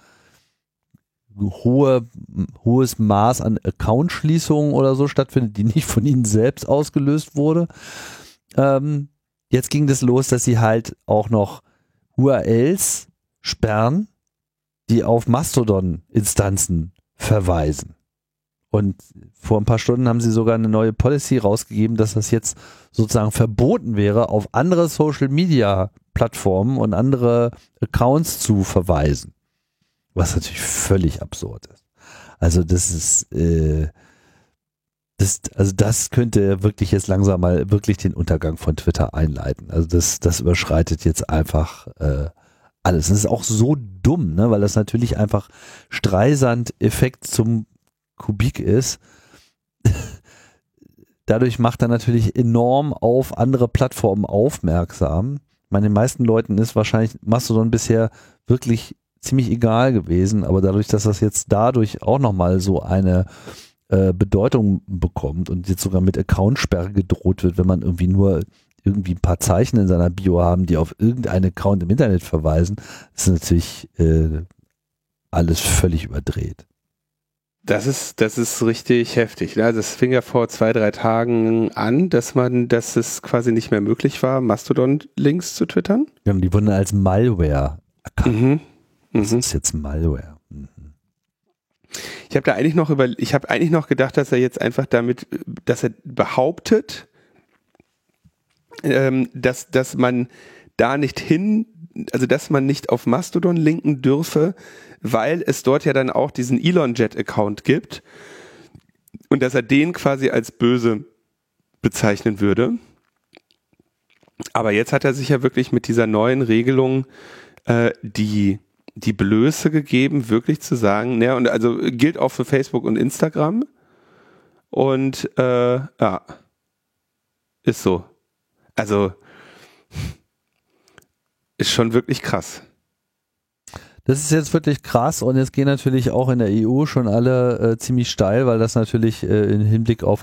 hohe, hohes Maß an Accountschließungen oder so stattfindet, die nicht von ihnen selbst ausgelöst wurde. Ähm, jetzt ging das los, dass sie halt auch noch U R Ls sperren, die auf Mastodon-Instanzen verweisen. Und vor ein paar Stunden haben sie sogar eine neue Policy rausgegeben, dass das jetzt sozusagen verboten wäre, auf andere Social-Media-Plattformen und andere Accounts zu verweisen. Was natürlich völlig absurd ist. Also das ist, äh, das, also das könnte wirklich jetzt langsam mal wirklich den Untergang von Twitter einleiten. Also das, das überschreitet jetzt einfach äh, alles. Das ist auch so dumm, ne, weil das natürlich einfach Streisand-Effekt zum Kubik ist. Dadurch macht er natürlich enorm auf andere Plattformen aufmerksam. Ich meine, den meisten Leuten ist wahrscheinlich Mastodon bisher wirklich ziemlich egal gewesen, aber dadurch, dass das jetzt dadurch auch nochmal so eine äh, Bedeutung bekommt und jetzt sogar mit Accountsperre gedroht wird, wenn man irgendwie nur irgendwie ein paar Zeichen in seiner Bio haben, die auf irgendeinen Account im Internet verweisen, ist natürlich äh, alles völlig überdreht. Das ist, das ist richtig heftig. Ne? Also es fing ja vor zwei, drei Tagen an, dass man, dass es quasi nicht mehr möglich war, Mastodon-Links zu twittern. Ja, die wurden als Malware erkannt. Mhm. Das Mhm. ist jetzt Malware. Mhm. Ich habe da eigentlich noch über, ich habe eigentlich noch gedacht, dass er jetzt einfach damit, dass er behauptet, ähm, dass, dass man da nicht hin, also dass man nicht auf Mastodon linken dürfe, weil es dort ja dann auch diesen ElonJet-Account gibt und dass er den quasi als böse bezeichnen würde. Aber jetzt hat er sich ja wirklich mit dieser neuen Regelung äh, die die Blöße gegeben, wirklich zu sagen, ne, und also gilt auch für Facebook und Instagram. Und äh, ja, ist so. Also ist schon wirklich krass. Das ist jetzt wirklich krass und jetzt gehen natürlich auch in der E U schon alle äh, ziemlich steil, weil das natürlich äh, im Hinblick auf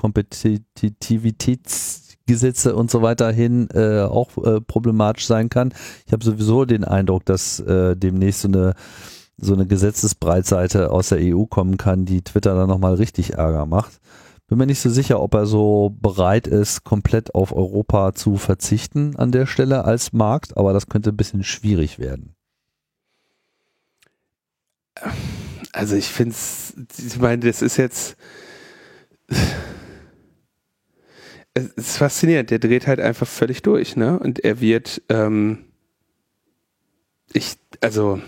Antikompetitivitätsgesetze und so weiter hin äh, auch äh, problematisch sein kann. Ich habe sowieso den Eindruck, dass äh, demnächst so eine so eine Gesetzesbreitseite aus der E U kommen kann, die Twitter dann nochmal richtig Ärger macht. Bin mir nicht so sicher, ob er so bereit ist, komplett auf Europa zu verzichten an der Stelle als Markt, aber das könnte ein bisschen schwierig werden. Also ich finde es, ich meine, das ist jetzt, es ist faszinierend, der dreht halt einfach völlig durch, ne? Und er wird, ähm, ich, also,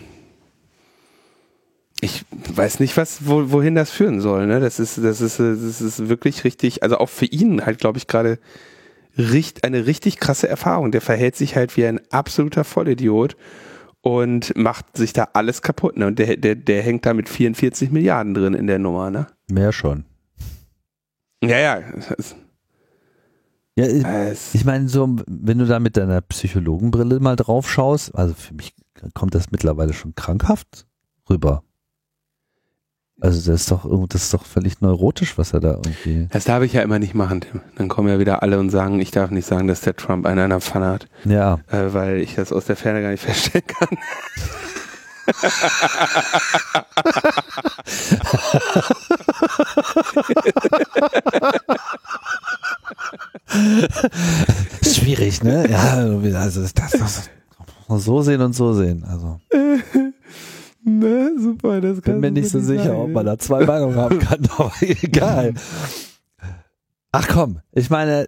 ich weiß nicht, was, wo, wohin das führen soll, ne? Das ist, das ist, das ist wirklich richtig, also auch für ihn halt, glaube ich, gerade richt, eine richtig krasse Erfahrung. Der verhält sich halt wie ein absoluter Vollidiot und macht sich da alles kaputt, ne? Und der, der, der hängt da mit vierundvierzig Milliarden drin in der Nummer, ne? Mehr schon. Ja, ja. Ja, ich, ich meine, so, wenn du da mit deiner Psychologenbrille mal drauf schaust, also für mich kommt das mittlerweile schon krankhaft rüber. Also das ist doch, das ist doch völlig neurotisch, was er da irgendwie... Das darf ich ja immer nicht machen, Tim. Dann kommen ja wieder alle und sagen, ich darf nicht sagen, dass der Trump einen an der Pfanne hat. Ja. Äh, weil ich das aus der Ferne gar nicht feststellen kann. Schwierig, ne? Ja, also das, das, das muss man so sehen und so sehen. Also... Ne, super, das kann bin mir nicht so sicher, sein, ob man da zwei Meinungen haben kann, aber egal. Ach komm, ich meine,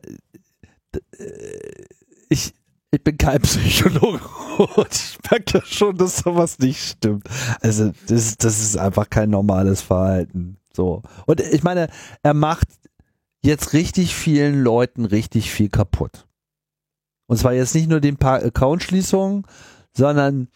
ich, ich bin kein Psychologe und ich merke ja schon, dass sowas nicht stimmt. Also das, das ist einfach kein normales Verhalten. So. Und ich meine, er macht jetzt richtig vielen Leuten richtig viel kaputt. Und zwar jetzt nicht nur den paar Account-Schließungen, sondern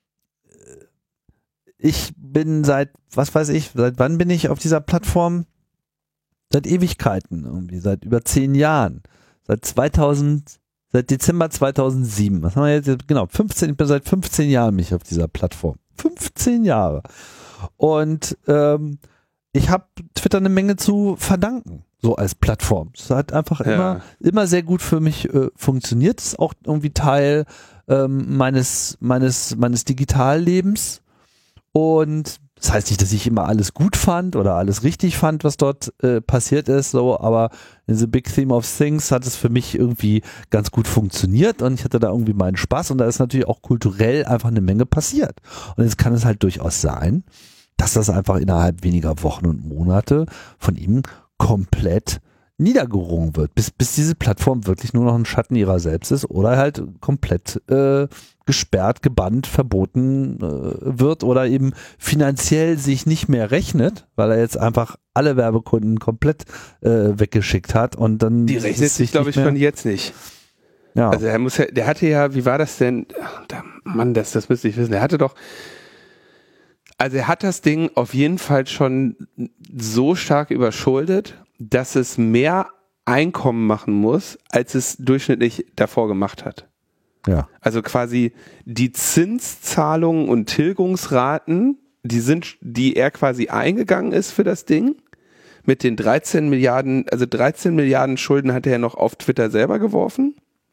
ich bin seit, was weiß ich, seit wann bin ich auf dieser Plattform? Seit Ewigkeiten irgendwie, seit über zehn Jahren. Seit zweitausend, seit Dezember zweitausendsieben. Was haben wir jetzt? Genau, fünfzehn, ich bin seit fünfzehn Jahren mich auf dieser Plattform. fünfzehn Jahre. Und ähm, ich habe Twitter eine Menge zu verdanken, so als Plattform. Es hat einfach ja. immer, immer sehr gut für mich äh, funktioniert. Es ist auch irgendwie Teil ähm, meines, meines, meines Digitallebens. Und das heißt nicht, dass ich immer alles gut fand oder alles richtig fand, was dort äh, passiert ist, so, aber in The Big Theme of Things hat es für mich irgendwie ganz gut funktioniert und ich hatte da irgendwie meinen Spaß und da ist natürlich auch kulturell einfach eine Menge passiert. Und jetzt kann es halt durchaus sein, dass das einfach innerhalb weniger Wochen und Monate von ihm komplett niedergerungen wird, bis, bis diese Plattform wirklich nur noch ein Schatten ihrer selbst ist oder halt komplett äh, gesperrt, gebannt, verboten äh, wird oder eben finanziell sich nicht mehr rechnet, weil er jetzt einfach alle Werbekunden komplett äh, weggeschickt hat und dann die rechnet sich, glaube ich, mehr. Von jetzt nicht. Ja. Also er muss ja, der hatte ja, wie war das denn? Mann, das, das müsste ich wissen. Er hatte doch, also er hat das Ding auf jeden Fall schon so stark überschuldet, dass es mehr Einkommen machen muss, als es durchschnittlich davor gemacht hat. Ja. Also quasi die Zinszahlungen und Tilgungsraten, die sind, die er quasi eingegangen ist für das Ding, mit den dreizehn Milliarden, also dreizehn Milliarden Schulden hat er ja noch auf Twitter selber geworfen.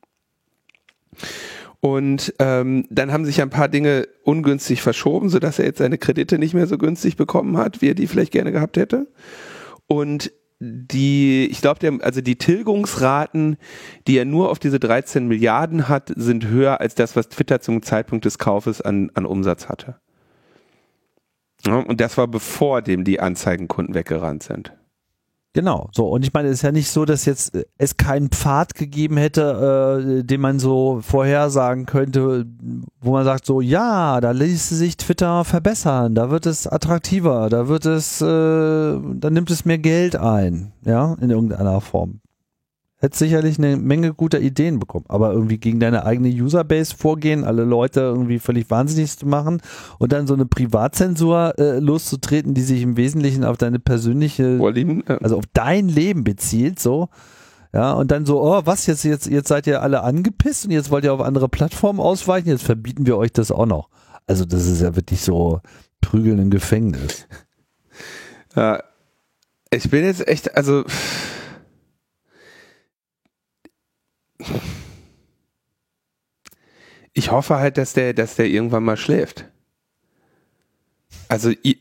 Und ähm, dann haben sich ein paar Dinge ungünstig verschoben, sodass er jetzt seine Kredite nicht mehr so günstig bekommen hat, wie er die vielleicht gerne gehabt hätte. Und die, ich glaube, also die Tilgungsraten, die er nur auf diese dreizehn Milliarden hat, sind höher als das, was Twitter zum Zeitpunkt des Kaufes an, an Umsatz hatte. Ja, und das war bevor dem die Anzeigenkunden weggerannt sind. Genau, so, und ich meine, es ist ja nicht so, dass jetzt es keinen Pfad gegeben hätte, äh, den man so vorhersagen könnte, wo man sagt so, ja, da ließe sich Twitter verbessern, da wird es attraktiver, da wird es, äh, da nimmt es mehr Geld ein, ja, in irgendeiner Form. Hätte sicherlich eine Menge guter Ideen bekommen, aber irgendwie gegen deine eigene Userbase vorgehen, alle Leute irgendwie völlig wahnsinnig zu machen und dann so eine Privatzensur äh, loszutreten, die sich im Wesentlichen auf deine persönliche, Vorlieben, ja. also auf dein Leben bezieht, so, ja, und dann so, oh, was, jetzt, jetzt, jetzt seid ihr alle angepisst und jetzt wollt ihr auf andere Plattformen ausweichen, jetzt verbieten wir euch das auch noch. Also das ist ja wirklich so Prügeln im Gefängnis. Ja, ich bin jetzt echt, also ich hoffe halt, dass der, dass der irgendwann mal schläft. Also ich,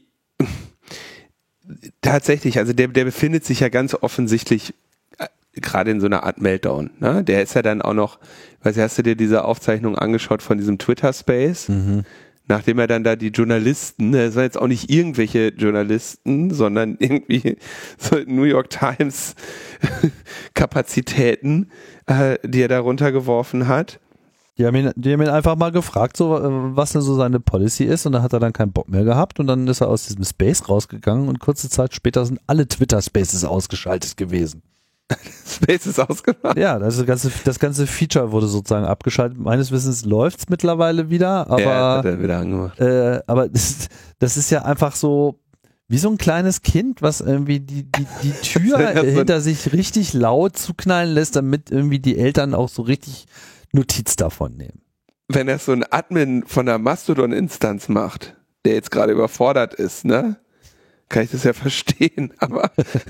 tatsächlich, also der, der befindet sich ja ganz offensichtlich äh, gerade in so einer Art Meltdown. Ne? Der ist ja dann auch noch, weißt du, hast du dir diese Aufzeichnung angeschaut von diesem Twitter-Space? Mhm. Nachdem er dann da die Journalisten, das waren jetzt auch nicht irgendwelche Journalisten, sondern irgendwie so New York Times Kapazitäten, äh, die er da runtergeworfen hat. Die haben, ihn, die haben ihn einfach mal gefragt, so, was denn so seine Policy ist, und da hat er dann keinen Bock mehr gehabt und dann ist er aus diesem Space rausgegangen und kurze Zeit später sind alle Twitter-Spaces ausgeschaltet gewesen. Space ist ausgemacht. Ja, das, das, ganze, das ganze Feature wurde sozusagen abgeschaltet. Meines Wissens läuft es mittlerweile wieder, aber, ja, hat er wieder angemacht. Äh, aber das, das ist ja einfach so wie so ein kleines Kind, was irgendwie die, die, die Tür hinter sich richtig laut zuknallen lässt, damit irgendwie die Eltern auch so richtig Notiz davon nehmen. Wenn er so ein Admin von einer Mastodon-Instanz macht, der jetzt gerade überfordert ist, ne, kann ich das ja verstehen, aber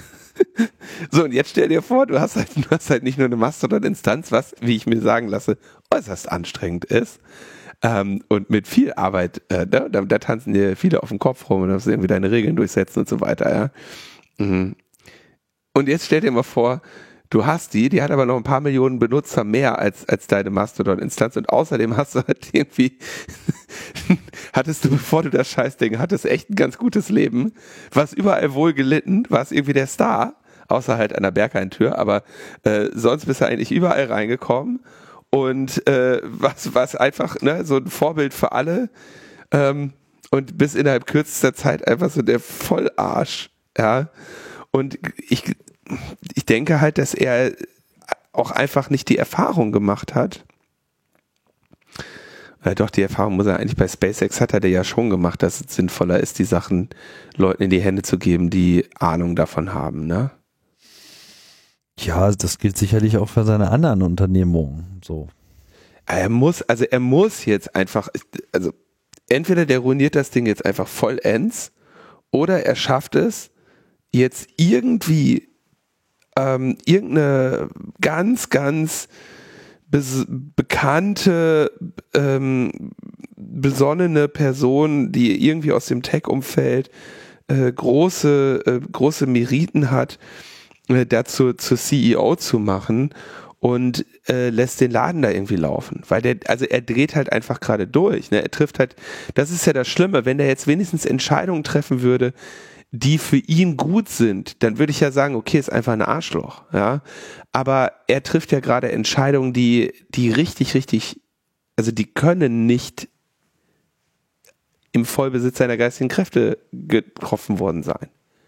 so, und jetzt stell dir vor, du hast halt, du hast halt nicht nur eine Mastodon-Instanz, was, wie ich mir sagen lasse, äußerst anstrengend ist, ähm, und mit viel Arbeit, äh, da, da, da tanzen dir viele auf den Kopf rum und du musst irgendwie deine Regeln durchsetzen und so weiter, ja. Mhm. Und jetzt stell dir mal vor, du hast die, die hat aber noch ein paar Millionen Benutzer mehr als, als deine Mastodon-Instanz und außerdem hast du halt irgendwie, hattest du, bevor du das Scheißding hattest, echt ein ganz gutes Leben, warst überall wohl gelitten, warst irgendwie der Star, außer halt an der Berghain-Tür, aber äh, sonst bist du eigentlich überall reingekommen und äh, was, was einfach, ne, so ein Vorbild für alle, ähm, und bis innerhalb kürzester Zeit einfach so der Vollarsch, ja, und ich Ich denke halt, dass er auch einfach nicht die Erfahrung gemacht hat, Ja, doch, die Erfahrung muss er eigentlich bei SpaceX hat er ja schon gemacht, dass es sinnvoller ist, die Sachen Leuten in die Hände zu geben, die Ahnung davon haben, ne? Ja, das gilt sicherlich auch für seine anderen Unternehmungen, so. Er muss, also er muss jetzt einfach, also entweder der ruiniert das Ding jetzt einfach vollends oder er schafft es, jetzt irgendwie ähm, irgendeine ganz, ganz bes- bekannte, ähm, besonnene Person, die irgendwie aus dem Tech-Umfeld äh, große, äh, große Meriten hat, äh, dazu zur C E O zu machen und äh, lässt den Laden da irgendwie laufen. Weil der, also er dreht halt einfach gerade durch. Ne? Er trifft halt, das ist ja das Schlimme, wenn der jetzt wenigstens Entscheidungen treffen würde, die für ihn gut sind, dann würde ich ja sagen, okay, ist einfach ein Arschloch, ja. Aber er trifft ja gerade Entscheidungen, die, die richtig, richtig, also die können nicht im Vollbesitz seiner geistigen Kräfte getroffen worden sein.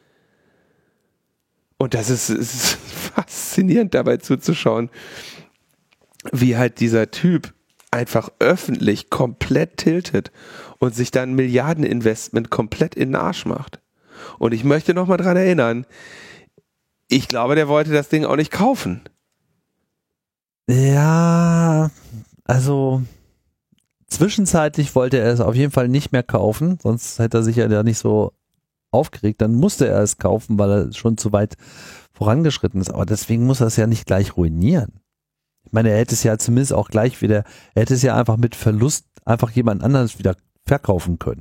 Und das ist, ist faszinierend dabei zuzuschauen, wie halt dieser Typ einfach öffentlich komplett tiltet und sich dann Milliardeninvestment komplett in den Arsch macht. Und ich möchte nochmal dran erinnern, ich glaube, der wollte das Ding auch nicht kaufen. Ja, also zwischenzeitlich wollte er es auf jeden Fall nicht mehr kaufen, sonst hätte er sich ja da nicht so aufgeregt. Dann musste er es kaufen, weil er schon zu weit vorangeschritten ist. Aber deswegen muss er es ja nicht gleich ruinieren. Ich meine, er hätte es ja zumindest auch gleich wieder, er hätte es ja einfach mit Verlust einfach jemand anderes wieder verkaufen können.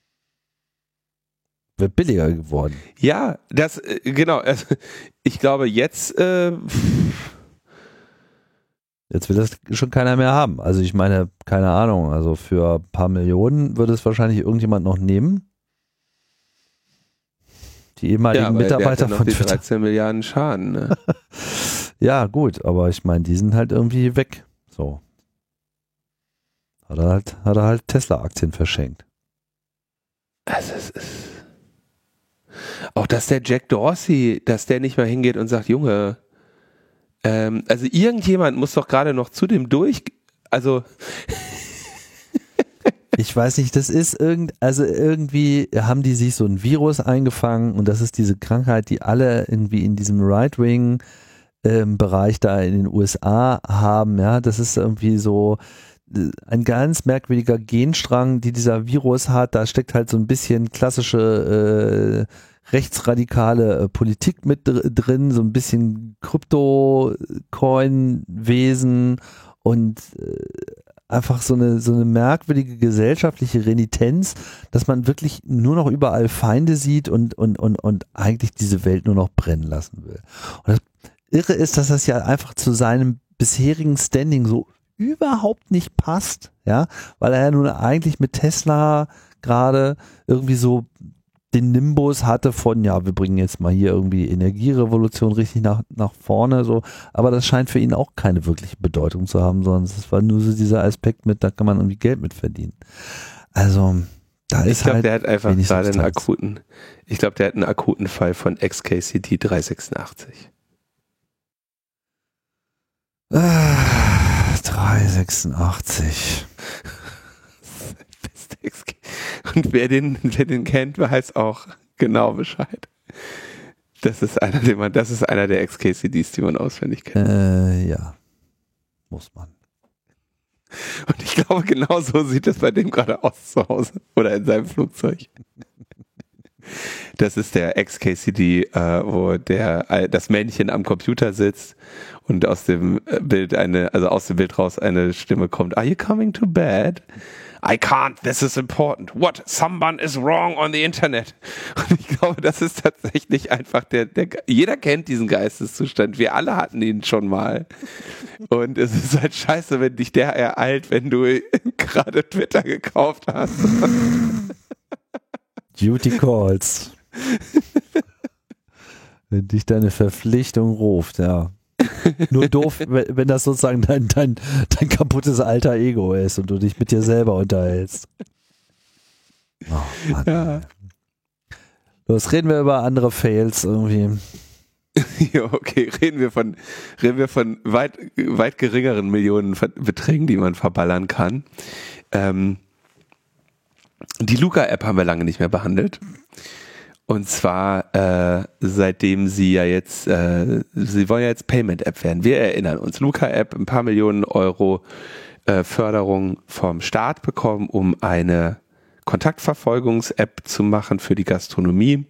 Wäre billiger geworden. Ja, das, äh, genau. Also, ich glaube, jetzt, äh, jetzt will das schon keiner mehr haben. Also ich meine, keine Ahnung, also für ein paar Millionen würde es wahrscheinlich irgendjemand noch nehmen. Die ehemaligen ja, Mitarbeiter der hat ja noch von die Twitter. dreizehn Milliarden Schaden, ne? Ja, gut, aber ich meine, die sind halt irgendwie weg. So. Hat er halt, hat er halt Tesla-Aktien verschenkt. Also es ist auch, dass der Jack Dorsey, dass der nicht mal hingeht und sagt, Junge, ähm, also irgendjemand muss doch gerade noch zu dem durch, also Ich weiß nicht, das ist irgend, also irgendwie haben die sich so ein Virus eingefangen und das ist diese Krankheit, die alle irgendwie in diesem Right-Wing ähm, Bereich da in den U S A haben, ja, das ist irgendwie so ein ganz merkwürdiger Genstrang, die dieser Virus hat, da steckt halt so ein bisschen klassische äh, rechtsradikale äh, Politik mit dr- drin, so ein bisschen Krypto-Coin-Wesen und äh, einfach so eine, so eine merkwürdige gesellschaftliche Renitenz, dass man wirklich nur noch überall Feinde sieht und, und, und, und eigentlich diese Welt nur noch brennen lassen will. Und das Irre ist, dass das ja einfach zu seinem bisherigen Standing so überhaupt nicht passt, ja, weil er ja nun eigentlich mit Tesla gerade irgendwie so den Nimbus hatte von, ja, wir bringen jetzt mal hier irgendwie Energierevolution richtig nach, nach vorne, so, aber das scheint für ihn auch keine wirkliche Bedeutung zu haben, sondern es war nur so dieser Aspekt mit, da kann man irgendwie Geld mit verdienen. Also, da ist ich glaube, halt der hat einfach wenig gerade einen Substanz. akuten, ich glaube, der hat einen akuten Fall von X K C D dreihundertsechsundachtzig. Ah, dreihundertsechsundachtzig. Und wer den, wer den kennt, weiß auch genau Bescheid. Das ist einer, den man, das ist einer der X K C Ds, die man auswendig kennt. Äh, ja. Muss man. Und ich glaube, genau so sieht es bei dem gerade aus zu Hause oder in seinem Flugzeug. Das ist der X K C D, äh, wo der, das Männchen am Computer sitzt und aus dem Bild eine, also aus dem Bild raus eine Stimme kommt. Are you coming to bed? I can't, this is important. What? Someone is wrong on the Internet. Und ich glaube, das ist tatsächlich einfach der, der, jeder kennt diesen Geisteszustand. Wir alle hatten ihn schon mal. Und es ist halt scheiße, wenn dich der ereilt, wenn du gerade Twitter gekauft hast. Duty calls. Wenn dich deine Verpflichtung ruft, ja. Nur doof, wenn, wenn das sozusagen dein, dein, dein kaputtes alter Ego ist und du dich mit dir selber unterhältst. Oh, Mann. Ja. Los, reden wir über andere Fails irgendwie. Ja, okay, reden wir von, reden wir von weit, weit geringeren Millionenbeträgen, die man verballern kann. Ähm, die Luca-App haben wir lange nicht mehr behandelt. Und zwar äh, seitdem sie ja jetzt, äh, sie wollen ja jetzt Payment-App werden. Wir erinnern uns, Luca-App, ein paar Millionen Euro äh, Förderung vom Staat bekommen, um eine Kontaktverfolgungs-App zu machen für die Gastronomie.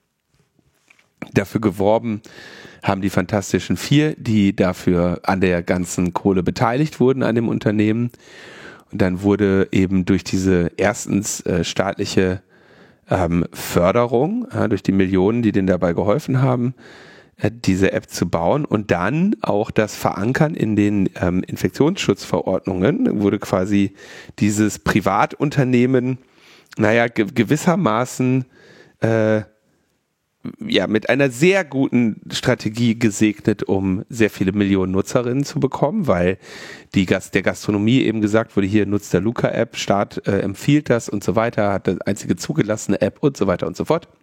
Dafür geworben haben die Fantastischen Vier, die dafür an der ganzen Kohle beteiligt wurden an dem Unternehmen. Und dann wurde eben durch diese erstens äh, staatliche ähm, Förderung, äh, durch die Millionen, die denen dabei geholfen haben, äh, diese App zu bauen und dann auch das Verankern in den ähm, Infektionsschutzverordnungen, wurde quasi dieses Privatunternehmen, naja, ge- gewissermaßen äh, ja, mit einer sehr guten Strategie gesegnet, um sehr viele Millionen Nutzerinnen zu bekommen, weil die Gast, der Gastronomie eben gesagt wurde, hier nutzt der Luca-App, Staat äh, empfiehlt das und so weiter, hat die einzige zugelassene App und so weiter und so fort.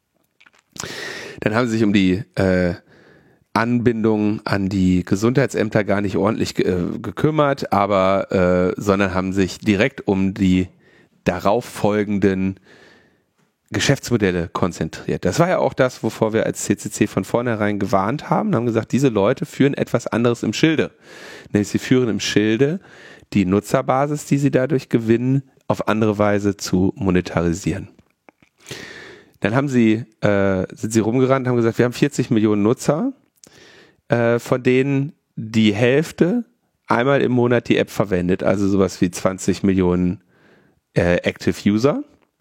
Dann haben sie sich um die äh, Anbindung an die Gesundheitsämter gar nicht ordentlich ge- äh, gekümmert, aber äh, sondern haben sich direkt um die darauf folgenden Geschäftsmodelle konzentriert. Das war ja auch das, wovor wir als C C C von vornherein gewarnt haben, haben gesagt, diese Leute führen etwas anderes im Schilde. Nämlich sie führen im Schilde die Nutzerbasis, die sie dadurch gewinnen, auf andere Weise zu monetarisieren. Dann haben sie, äh, sind sie rumgerannt, haben gesagt, wir haben vierzig Millionen Nutzer, äh, von denen die Hälfte einmal im Monat die App verwendet, also sowas wie zwanzig Millionen äh, Active User.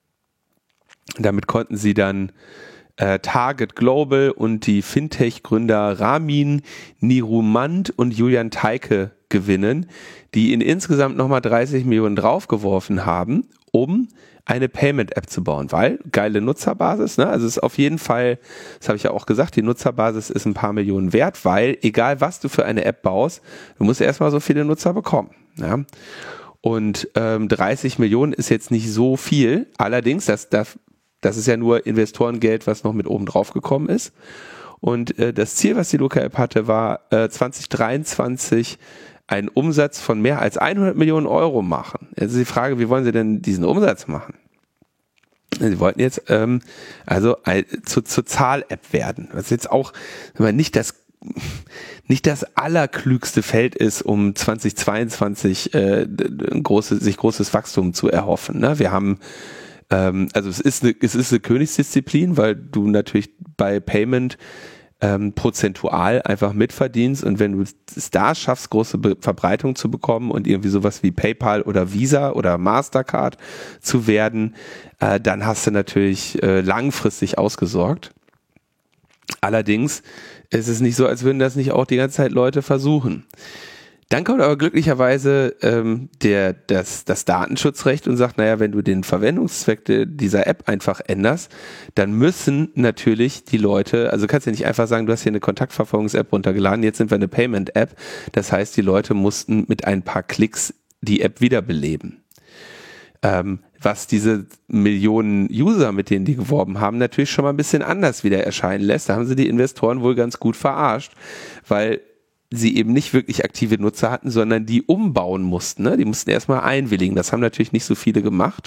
Damit konnten sie dann äh, Target Global und die Fintech-Gründer Ramin Nirumand und Julian Teike gewinnen, die in insgesamt nochmal dreißig Millionen draufgeworfen haben, um eine Payment-App zu bauen, weil geile Nutzerbasis, ne? Also es ist auf jeden Fall, das habe ich ja auch gesagt, die Nutzerbasis ist ein paar Millionen wert, weil egal was du für eine App baust, du musst erstmal so viele Nutzer bekommen, ja? Und ähm, dreißig Millionen ist jetzt nicht so viel, allerdings, das darf Das ist ja nur Investorengeld, was noch mit oben drauf gekommen ist. Und äh, das Ziel, was die Luca-App hatte, war äh, zwanzig dreiundzwanzig einen Umsatz von mehr als hundert Millionen Euro machen. Jetzt ist die Frage, wie wollen sie denn diesen Umsatz machen? Sie wollten jetzt ähm, also äh, zu, zur Zahl-App werden, was jetzt auch nicht das nicht das allerklügste Feld ist, um zwanzig zweiundzwanzig äh, ein großes, sich großes Wachstum zu erhoffen. Ne? Wir haben Also es ist eine, es ist eine Königsdisziplin, weil du natürlich bei Payment ähm, prozentual einfach mitverdienst und wenn du es da schaffst, große Be- Verbreitung zu bekommen und irgendwie sowas wie PayPal oder Visa oder Mastercard zu werden, äh, dann hast du natürlich äh, langfristig ausgesorgt. Allerdings ist es nicht so, als würden das nicht auch die ganze Zeit Leute versuchen. Dann kommt aber glücklicherweise ähm, der, das, das Datenschutzrecht und sagt, naja, wenn du den Verwendungszweck de, dieser App einfach änderst, dann müssen natürlich die Leute, also kannst du ja nicht einfach sagen, du hast hier eine Kontaktverfolgungs-App runtergeladen, jetzt sind wir eine Payment-App. Das heißt, die Leute mussten mit ein paar Klicks die App wiederbeleben. Ähm, was diese Millionen User, mit denen die geworben haben, natürlich schon mal ein bisschen anders wieder erscheinen lässt. Da haben sie die Investoren wohl ganz gut verarscht, weil sie eben nicht wirklich aktive Nutzer hatten, sondern die umbauen mussten. Ne? Die mussten erstmal einwilligen. Das haben natürlich nicht so viele gemacht.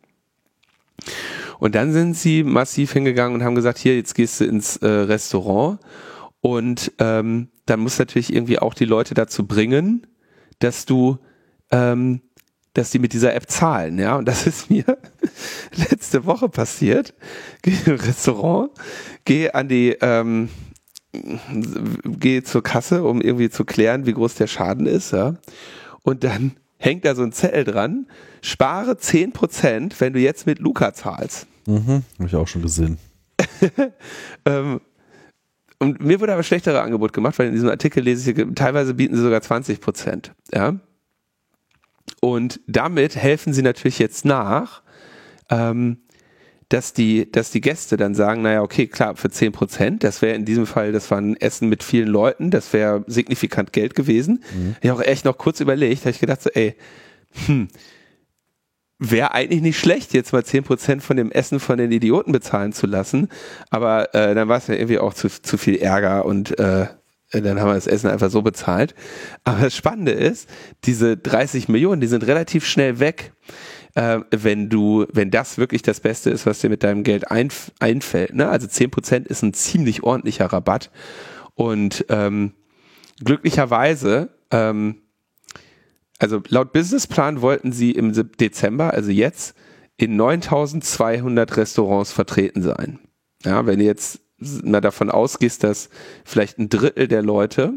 Und dann sind sie massiv hingegangen und haben gesagt, hier, jetzt gehst du ins äh, Restaurant und ähm, dann musst du natürlich irgendwie auch die Leute dazu bringen, dass du, ähm, dass die mit dieser App zahlen. Ja, und das ist mir letzte Woche passiert. Gehe im Restaurant, gehe an die ähm, gehe zur Kasse, um irgendwie zu klären, wie groß der Schaden ist, ja. Und dann hängt da so ein Zettel dran, spare zehn Prozent, wenn du jetzt mit Luca zahlst. Mhm, habe ich auch schon gesehen. ähm, und mir wurde aber schlechtere Angebot gemacht, weil in diesem Artikel lese ich, teilweise bieten sie sogar zwanzig Prozent, ja. Und damit helfen sie natürlich jetzt nach, ähm, dass die, dass die Gäste dann sagen, naja, okay, klar, für zehn Prozent, das wäre in diesem Fall, das war ein Essen mit vielen Leuten, das wäre signifikant Geld gewesen. Mhm. Ich habe auch echt noch kurz überlegt, habe ich gedacht so, ey, hm, wäre eigentlich nicht schlecht, jetzt mal zehn Prozent von dem Essen von den Idioten bezahlen zu lassen, aber äh, dann war es ja irgendwie auch zu, zu viel Ärger und äh, dann haben wir das Essen einfach so bezahlt. Aber das Spannende ist, diese dreißig Millionen, die sind relativ schnell weg, äh, wenn du, wenn das wirklich das Beste ist, was dir mit deinem Geld einf- einfällt. Ne? Also zehn Prozent ist ein ziemlich ordentlicher Rabatt. Und ähm, glücklicherweise, ähm, also laut Businessplan wollten sie im Dezember, also jetzt, in neuntausendzweihundert Restaurants vertreten sein. Ja, wenn du jetzt mal davon ausgehst, dass vielleicht ein Drittel der Leute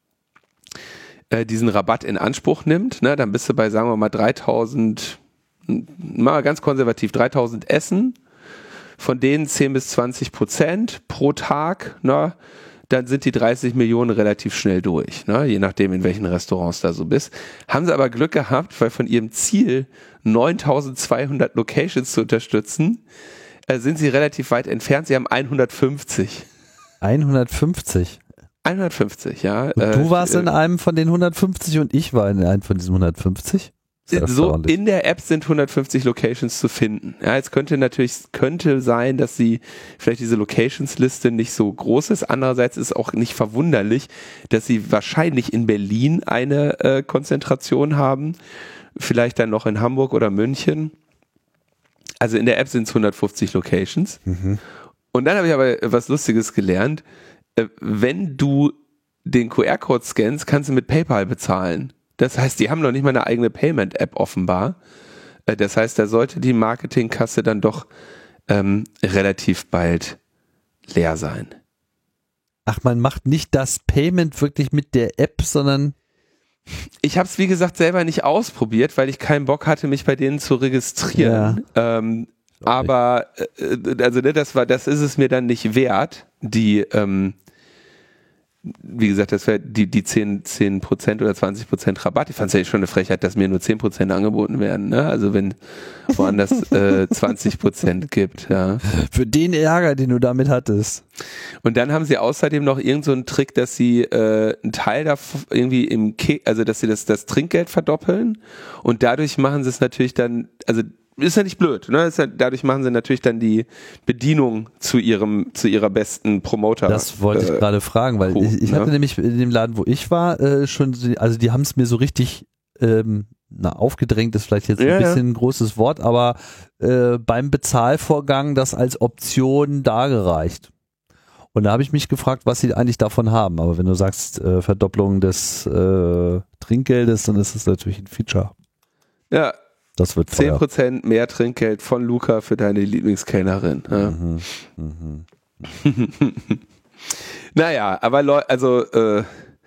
äh, diesen Rabatt in Anspruch nimmt, ne, dann bist du bei, sagen wir mal, dreitausend, mal ganz konservativ, dreitausend Essen, von denen zehn bis zwanzig Prozent pro Tag, ne, dann sind die dreißig Millionen relativ schnell durch, ne? Je nachdem, in welchen Restaurants da so bist. Haben sie aber Glück gehabt, weil von ihrem Ziel, neuntausendzweihundert Locations zu unterstützen, äh, sind sie relativ weit entfernt. Sie haben hundertfünfzig. hundertfünfzig? hundertfünfzig, ja. Und du äh, warst in einem von den hundertfünfzig und ich war in einem von diesen hundertfünfzig? So, in der App sind hundertfünfzig Locations zu finden. Ja, jetzt könnte natürlich, könnte sein, dass sie vielleicht diese Locations-Liste nicht so groß ist. Andererseits ist auch nicht verwunderlich, dass sie wahrscheinlich in Berlin eine äh, Konzentration haben. Vielleicht dann noch in Hamburg oder München. Also in der App sind es hundertfünfzig Locations. Mhm. Und dann habe ich aber was Lustiges gelernt. Äh, wenn du den Q R-Code scannst, kannst du mit PayPal bezahlen. Das heißt, die haben noch nicht mal eine eigene Payment-App offenbar. Das heißt, da sollte die Marketingkasse dann doch ähm, relativ bald leer sein. Ach, man macht nicht das Payment wirklich mit der App, sondern... Ich habe es, wie gesagt, selber nicht ausprobiert, weil ich keinen Bock hatte, mich bei denen zu registrieren. Ja. Ähm, aber äh, also ne, das war, das ist es mir dann nicht wert, die... Ähm, wie gesagt, das wäre die, die zehn Prozent oder zwanzig Prozent Rabatt. Ich fand es ja schon eine Frechheit, dass mir nur zehn Prozent angeboten werden. Ne? Also wenn woanders äh, zwanzig Prozent gibt. Ja. Für den Ärger, den du damit hattest. Und dann haben sie außerdem noch irgend so einen Trick, dass sie äh, einen Teil davon irgendwie im Ke- also dass sie das, das Trinkgeld verdoppeln und dadurch machen sie es natürlich dann, also ist ja nicht blöd, ne? Ist ja, dadurch machen sie natürlich dann die Bedienung zu ihrem, zu ihrer besten Promoter. Das wollte ich äh, gerade fragen, weil ich, ich ne? hatte nämlich in dem Laden, wo ich war, äh, schon, also die haben es mir so richtig, ähm, na, aufgedrängt ist vielleicht jetzt ja, ein bisschen ja. ein großes Wort, aber äh, beim Bezahlvorgang das als Option dargereicht. Und da habe ich mich gefragt, was sie eigentlich davon haben. Aber wenn du sagst, äh, Verdopplung des äh, Trinkgeldes, dann ist das natürlich ein Feature. Ja. Das wird zehn Prozent mehr Trinkgeld von Luca für deine Lieblingskellnerin. Ja. Mhm, mhm. Naja, aber Leute, also äh,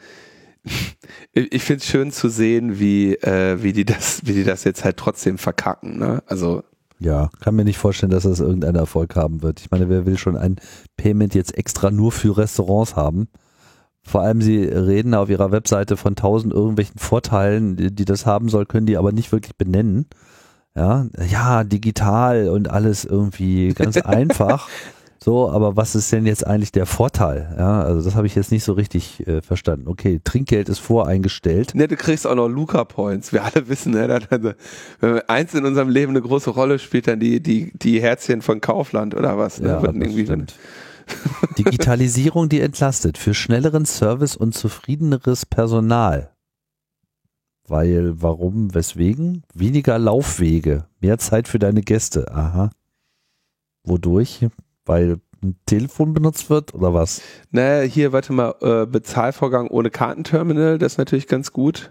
ich finde es schön zu sehen, wie, äh, wie, die das, wie die das jetzt halt trotzdem verkacken. Ne? Also ja, kann mir nicht vorstellen, dass das irgendeinen Erfolg haben wird. Ich meine, wer will schon ein Payment jetzt extra nur für Restaurants haben? Vor allem, sie reden auf ihrer Webseite von tausend irgendwelchen Vorteilen, die, die das haben soll, können die aber nicht wirklich benennen. Ja, ja, digital und alles irgendwie ganz einfach. So, aber was ist denn jetzt eigentlich der Vorteil? Ja, also das habe ich jetzt nicht so richtig äh, verstanden. Okay, Trinkgeld ist voreingestellt. Ne, du kriegst auch noch Luca-Points. Wir alle wissen, ne, dass, also, wenn eins in unserem Leben eine große Rolle spielt, dann die, die, die Herzchen von Kaufland oder was. Ne? Ja, das irgendwie stimmt. Digitalisierung, die entlastet für schnelleren Service und zufriedeneres Personal. Weil, warum, weswegen? Weniger Laufwege, mehr Zeit für deine Gäste. Aha. Wodurch? Weil ein Telefon benutzt wird oder was? Naja, hier, warte mal, äh, Bezahlvorgang ohne Kartenterminal, das ist natürlich ganz gut.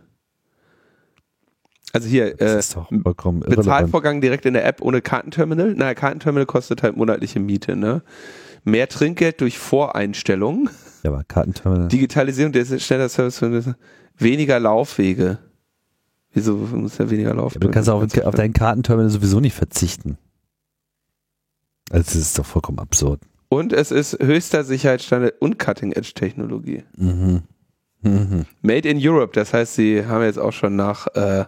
Also hier, äh, ist doch vollkommen Bezahlvorgang direkt in der App ohne Kartenterminal. Naja, Kartenterminal kostet halt monatliche Miete, ne? Mehr Trinkgeld durch Voreinstellungen. Ja, aber Kartenterminal. Digitalisierung, der ist schneller Service, weniger Laufwege. Wieso muss ja weniger laufen? Ja, du kannst auf, auf deinen Kartenterminal sowieso nicht verzichten. Also das ist doch vollkommen absurd. Und es ist höchster Sicherheitsstandard und Cutting-Edge-Technologie. Mhm. Mhm. Made in Europe, das heißt, sie haben jetzt auch schon nach äh,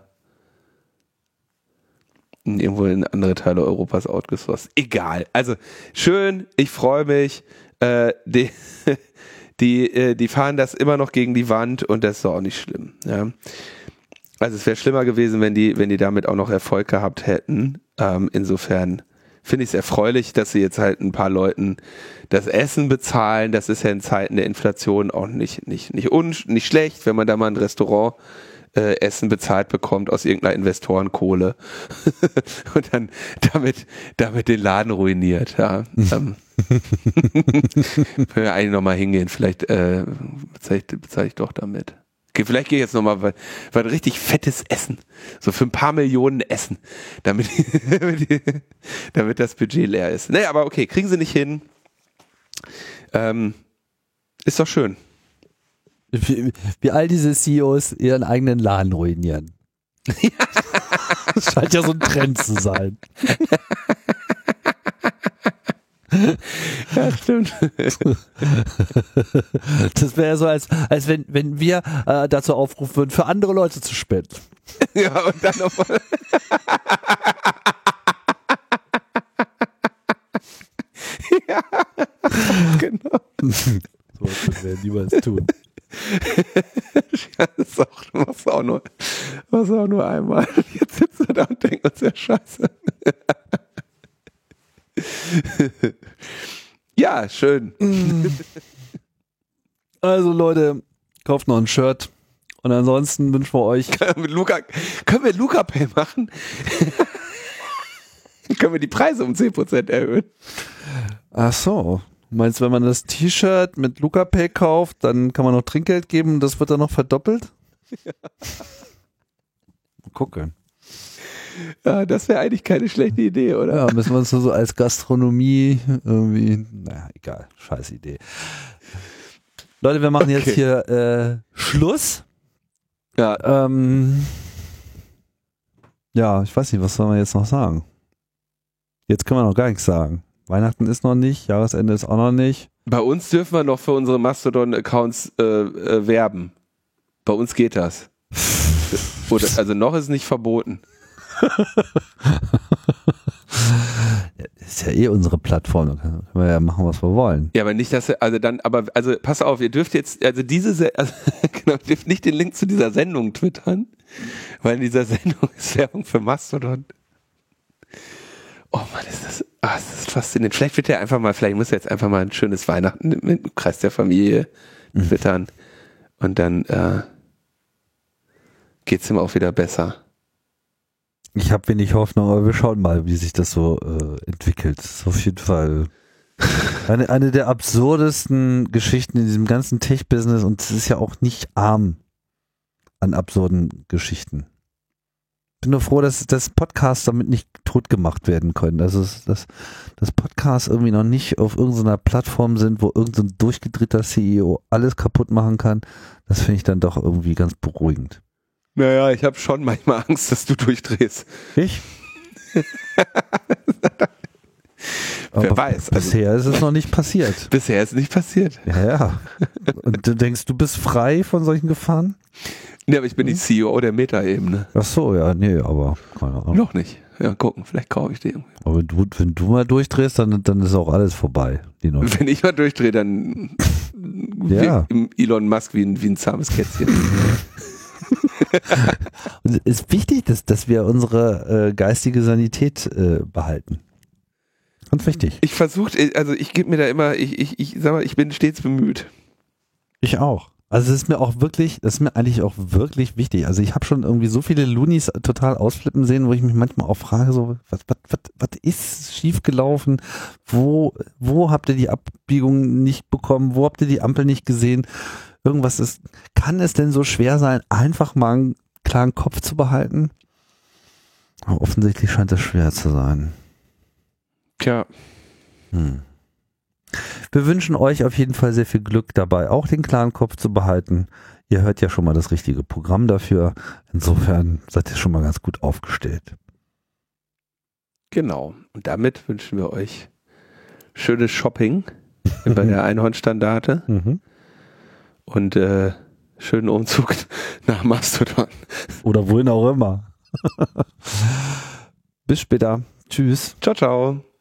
irgendwo in andere Teile Europas outgesourced. Egal. Also schön, ich freue mich. Äh, die, die, äh, die fahren das immer noch gegen die Wand und das ist doch auch nicht schlimm. Ja. Also es wäre schlimmer gewesen, wenn die, wenn die damit auch noch Erfolg gehabt hätten. Ähm, insofern finde ich es erfreulich, dass sie jetzt halt ein paar Leuten das Essen bezahlen. Das ist ja in Zeiten der Inflation auch nicht, nicht, nicht, un, nicht schlecht, wenn man da mal ein Restaurant äh, Essen bezahlt bekommt aus irgendeiner Investorenkohle und dann damit, damit den Laden ruiniert. Ja. ähm, können wir eigentlich nochmal hingehen, vielleicht äh, bezahle ich, bezahl ich doch damit. Okay, vielleicht gehe ich jetzt nochmal bei, bei ein richtig fettes Essen. So für ein paar Millionen Essen. Damit, damit das Budget leer ist. Nee, aber okay, kriegen sie nicht hin. Ähm, ist doch schön. Wie, wie all diese C E Os ihren eigenen Laden ruinieren. Das scheint ja so ein Trend zu sein. Ja, stimmt. Das wäre ja so, als, als wenn, wenn wir äh, dazu aufrufen würden, für andere Leute zu spenden. Ja, und dann nochmal. Ja, genau. So was wir niemals tun. Ja, das ist auch, du machst auch nur, machst auch nur einmal. Jetzt sitzen wir da und denken uns, ja, scheiße. Ja, schön. Also Leute, kauft noch ein Shirt und ansonsten wünschen wir euch... Können wir, mit Luca, können wir Luca Pay machen? Können wir die Preise um zehn Prozent erhöhen? Ach so. Du meinst, wenn man das T-Shirt mit Luca Pay kauft, dann kann man noch Trinkgeld geben und das wird dann noch verdoppelt? Ja. Mal gucken. Ja, das wäre eigentlich keine schlechte Idee, oder? Ja, müssen wir uns nur so als Gastronomie irgendwie, naja, egal, scheiß Idee. Leute, wir machen okay. jetzt hier äh, Schluss. Ja. Ähm, ja, ich weiß nicht, was soll man jetzt noch sagen? Jetzt können wir noch gar nichts sagen. Weihnachten ist noch nicht, Jahresende ist auch noch nicht. Bei uns dürfen wir noch für unsere Mastodon-Accounts äh, äh, werben. Bei uns geht das. Oder, also noch ist es nicht verboten. Ja, ist ja eh unsere Plattform, da können wir ja machen, was wir wollen. Ja, aber nicht, dass also dann, aber also pass auf, ihr dürft jetzt, also diese, also, genau, ihr dürft nicht den Link zu dieser Sendung twittern, weil in dieser Sendung ist Werbung für Mastodon. Oh Mann, ist das, ah, das ist faszinierend. Vielleicht wird er einfach mal, vielleicht muss er jetzt einfach mal ein schönes Weihnachten im Kreis der Familie twittern mhm. und dann äh, geht's ihm auch wieder besser. Ich habe wenig Hoffnung, aber wir schauen mal, wie sich das so äh, entwickelt. Das ist auf jeden Fall eine, eine der absurdesten Geschichten in diesem ganzen Tech-Business und es ist ja auch nicht arm an absurden Geschichten. Ich bin nur froh, dass, dass Podcasts damit nicht tot gemacht werden können. Also dass, dass Podcasts irgendwie noch nicht auf irgendeiner Plattform sind, wo irgendein so durchgedrehter C E O alles kaputt machen kann. Das finde ich dann doch irgendwie ganz beruhigend. Naja, ich habe schon manchmal Angst, dass du durchdrehst. Ich? Wer Aber weiß. Bisher also, ist es noch nicht passiert. Bisher ist es nicht passiert. Ja, ja. Und du denkst, du bist frei von solchen Gefahren? Nee, aber ich bin die C E O der Meta-Ebene. Ach so, ja, nee, aber keine Ahnung. Noch nicht. Ja, gucken, vielleicht kaufe ich die irgendwie. Aber wenn du, wenn du mal durchdrehst, dann, dann ist auch alles vorbei. Die wenn ich mal durchdrehe, dann ja. Elon Musk wie ein, wie ein zahmes Kätzchen. Und es ist wichtig, dass, dass wir unsere äh, geistige Sanität äh, behalten. Ganz wichtig. Ich versuche, also ich gebe mir da immer, ich, ich, ich sag mal, ich bin stets bemüht. Ich auch. Also es ist mir auch wirklich, das ist mir eigentlich auch wirklich wichtig. Also ich habe schon irgendwie so viele Loonies total ausflippen sehen, wo ich mich manchmal auch frage, so, was, was, was, was ist schiefgelaufen? Wo, wo habt ihr die Abbiegung nicht bekommen? Wo habt ihr die Ampel nicht gesehen? Irgendwas ist, kann es denn so schwer sein, einfach mal einen klaren Kopf zu behalten? Aber offensichtlich scheint es schwer zu sein. Tja. Hm. Wir wünschen euch auf jeden Fall sehr viel Glück dabei, auch den klaren Kopf zu behalten. Ihr hört ja schon mal das richtige Programm dafür. Insofern seid ihr schon mal ganz gut aufgestellt. Genau. Und damit wünschen wir euch schönes Shopping bei der Einhornstandarte. Mhm. Und äh, schönen Umzug nach Mastodon. Oder wohin auch immer. Bis später. Tschüss. Ciao, ciao.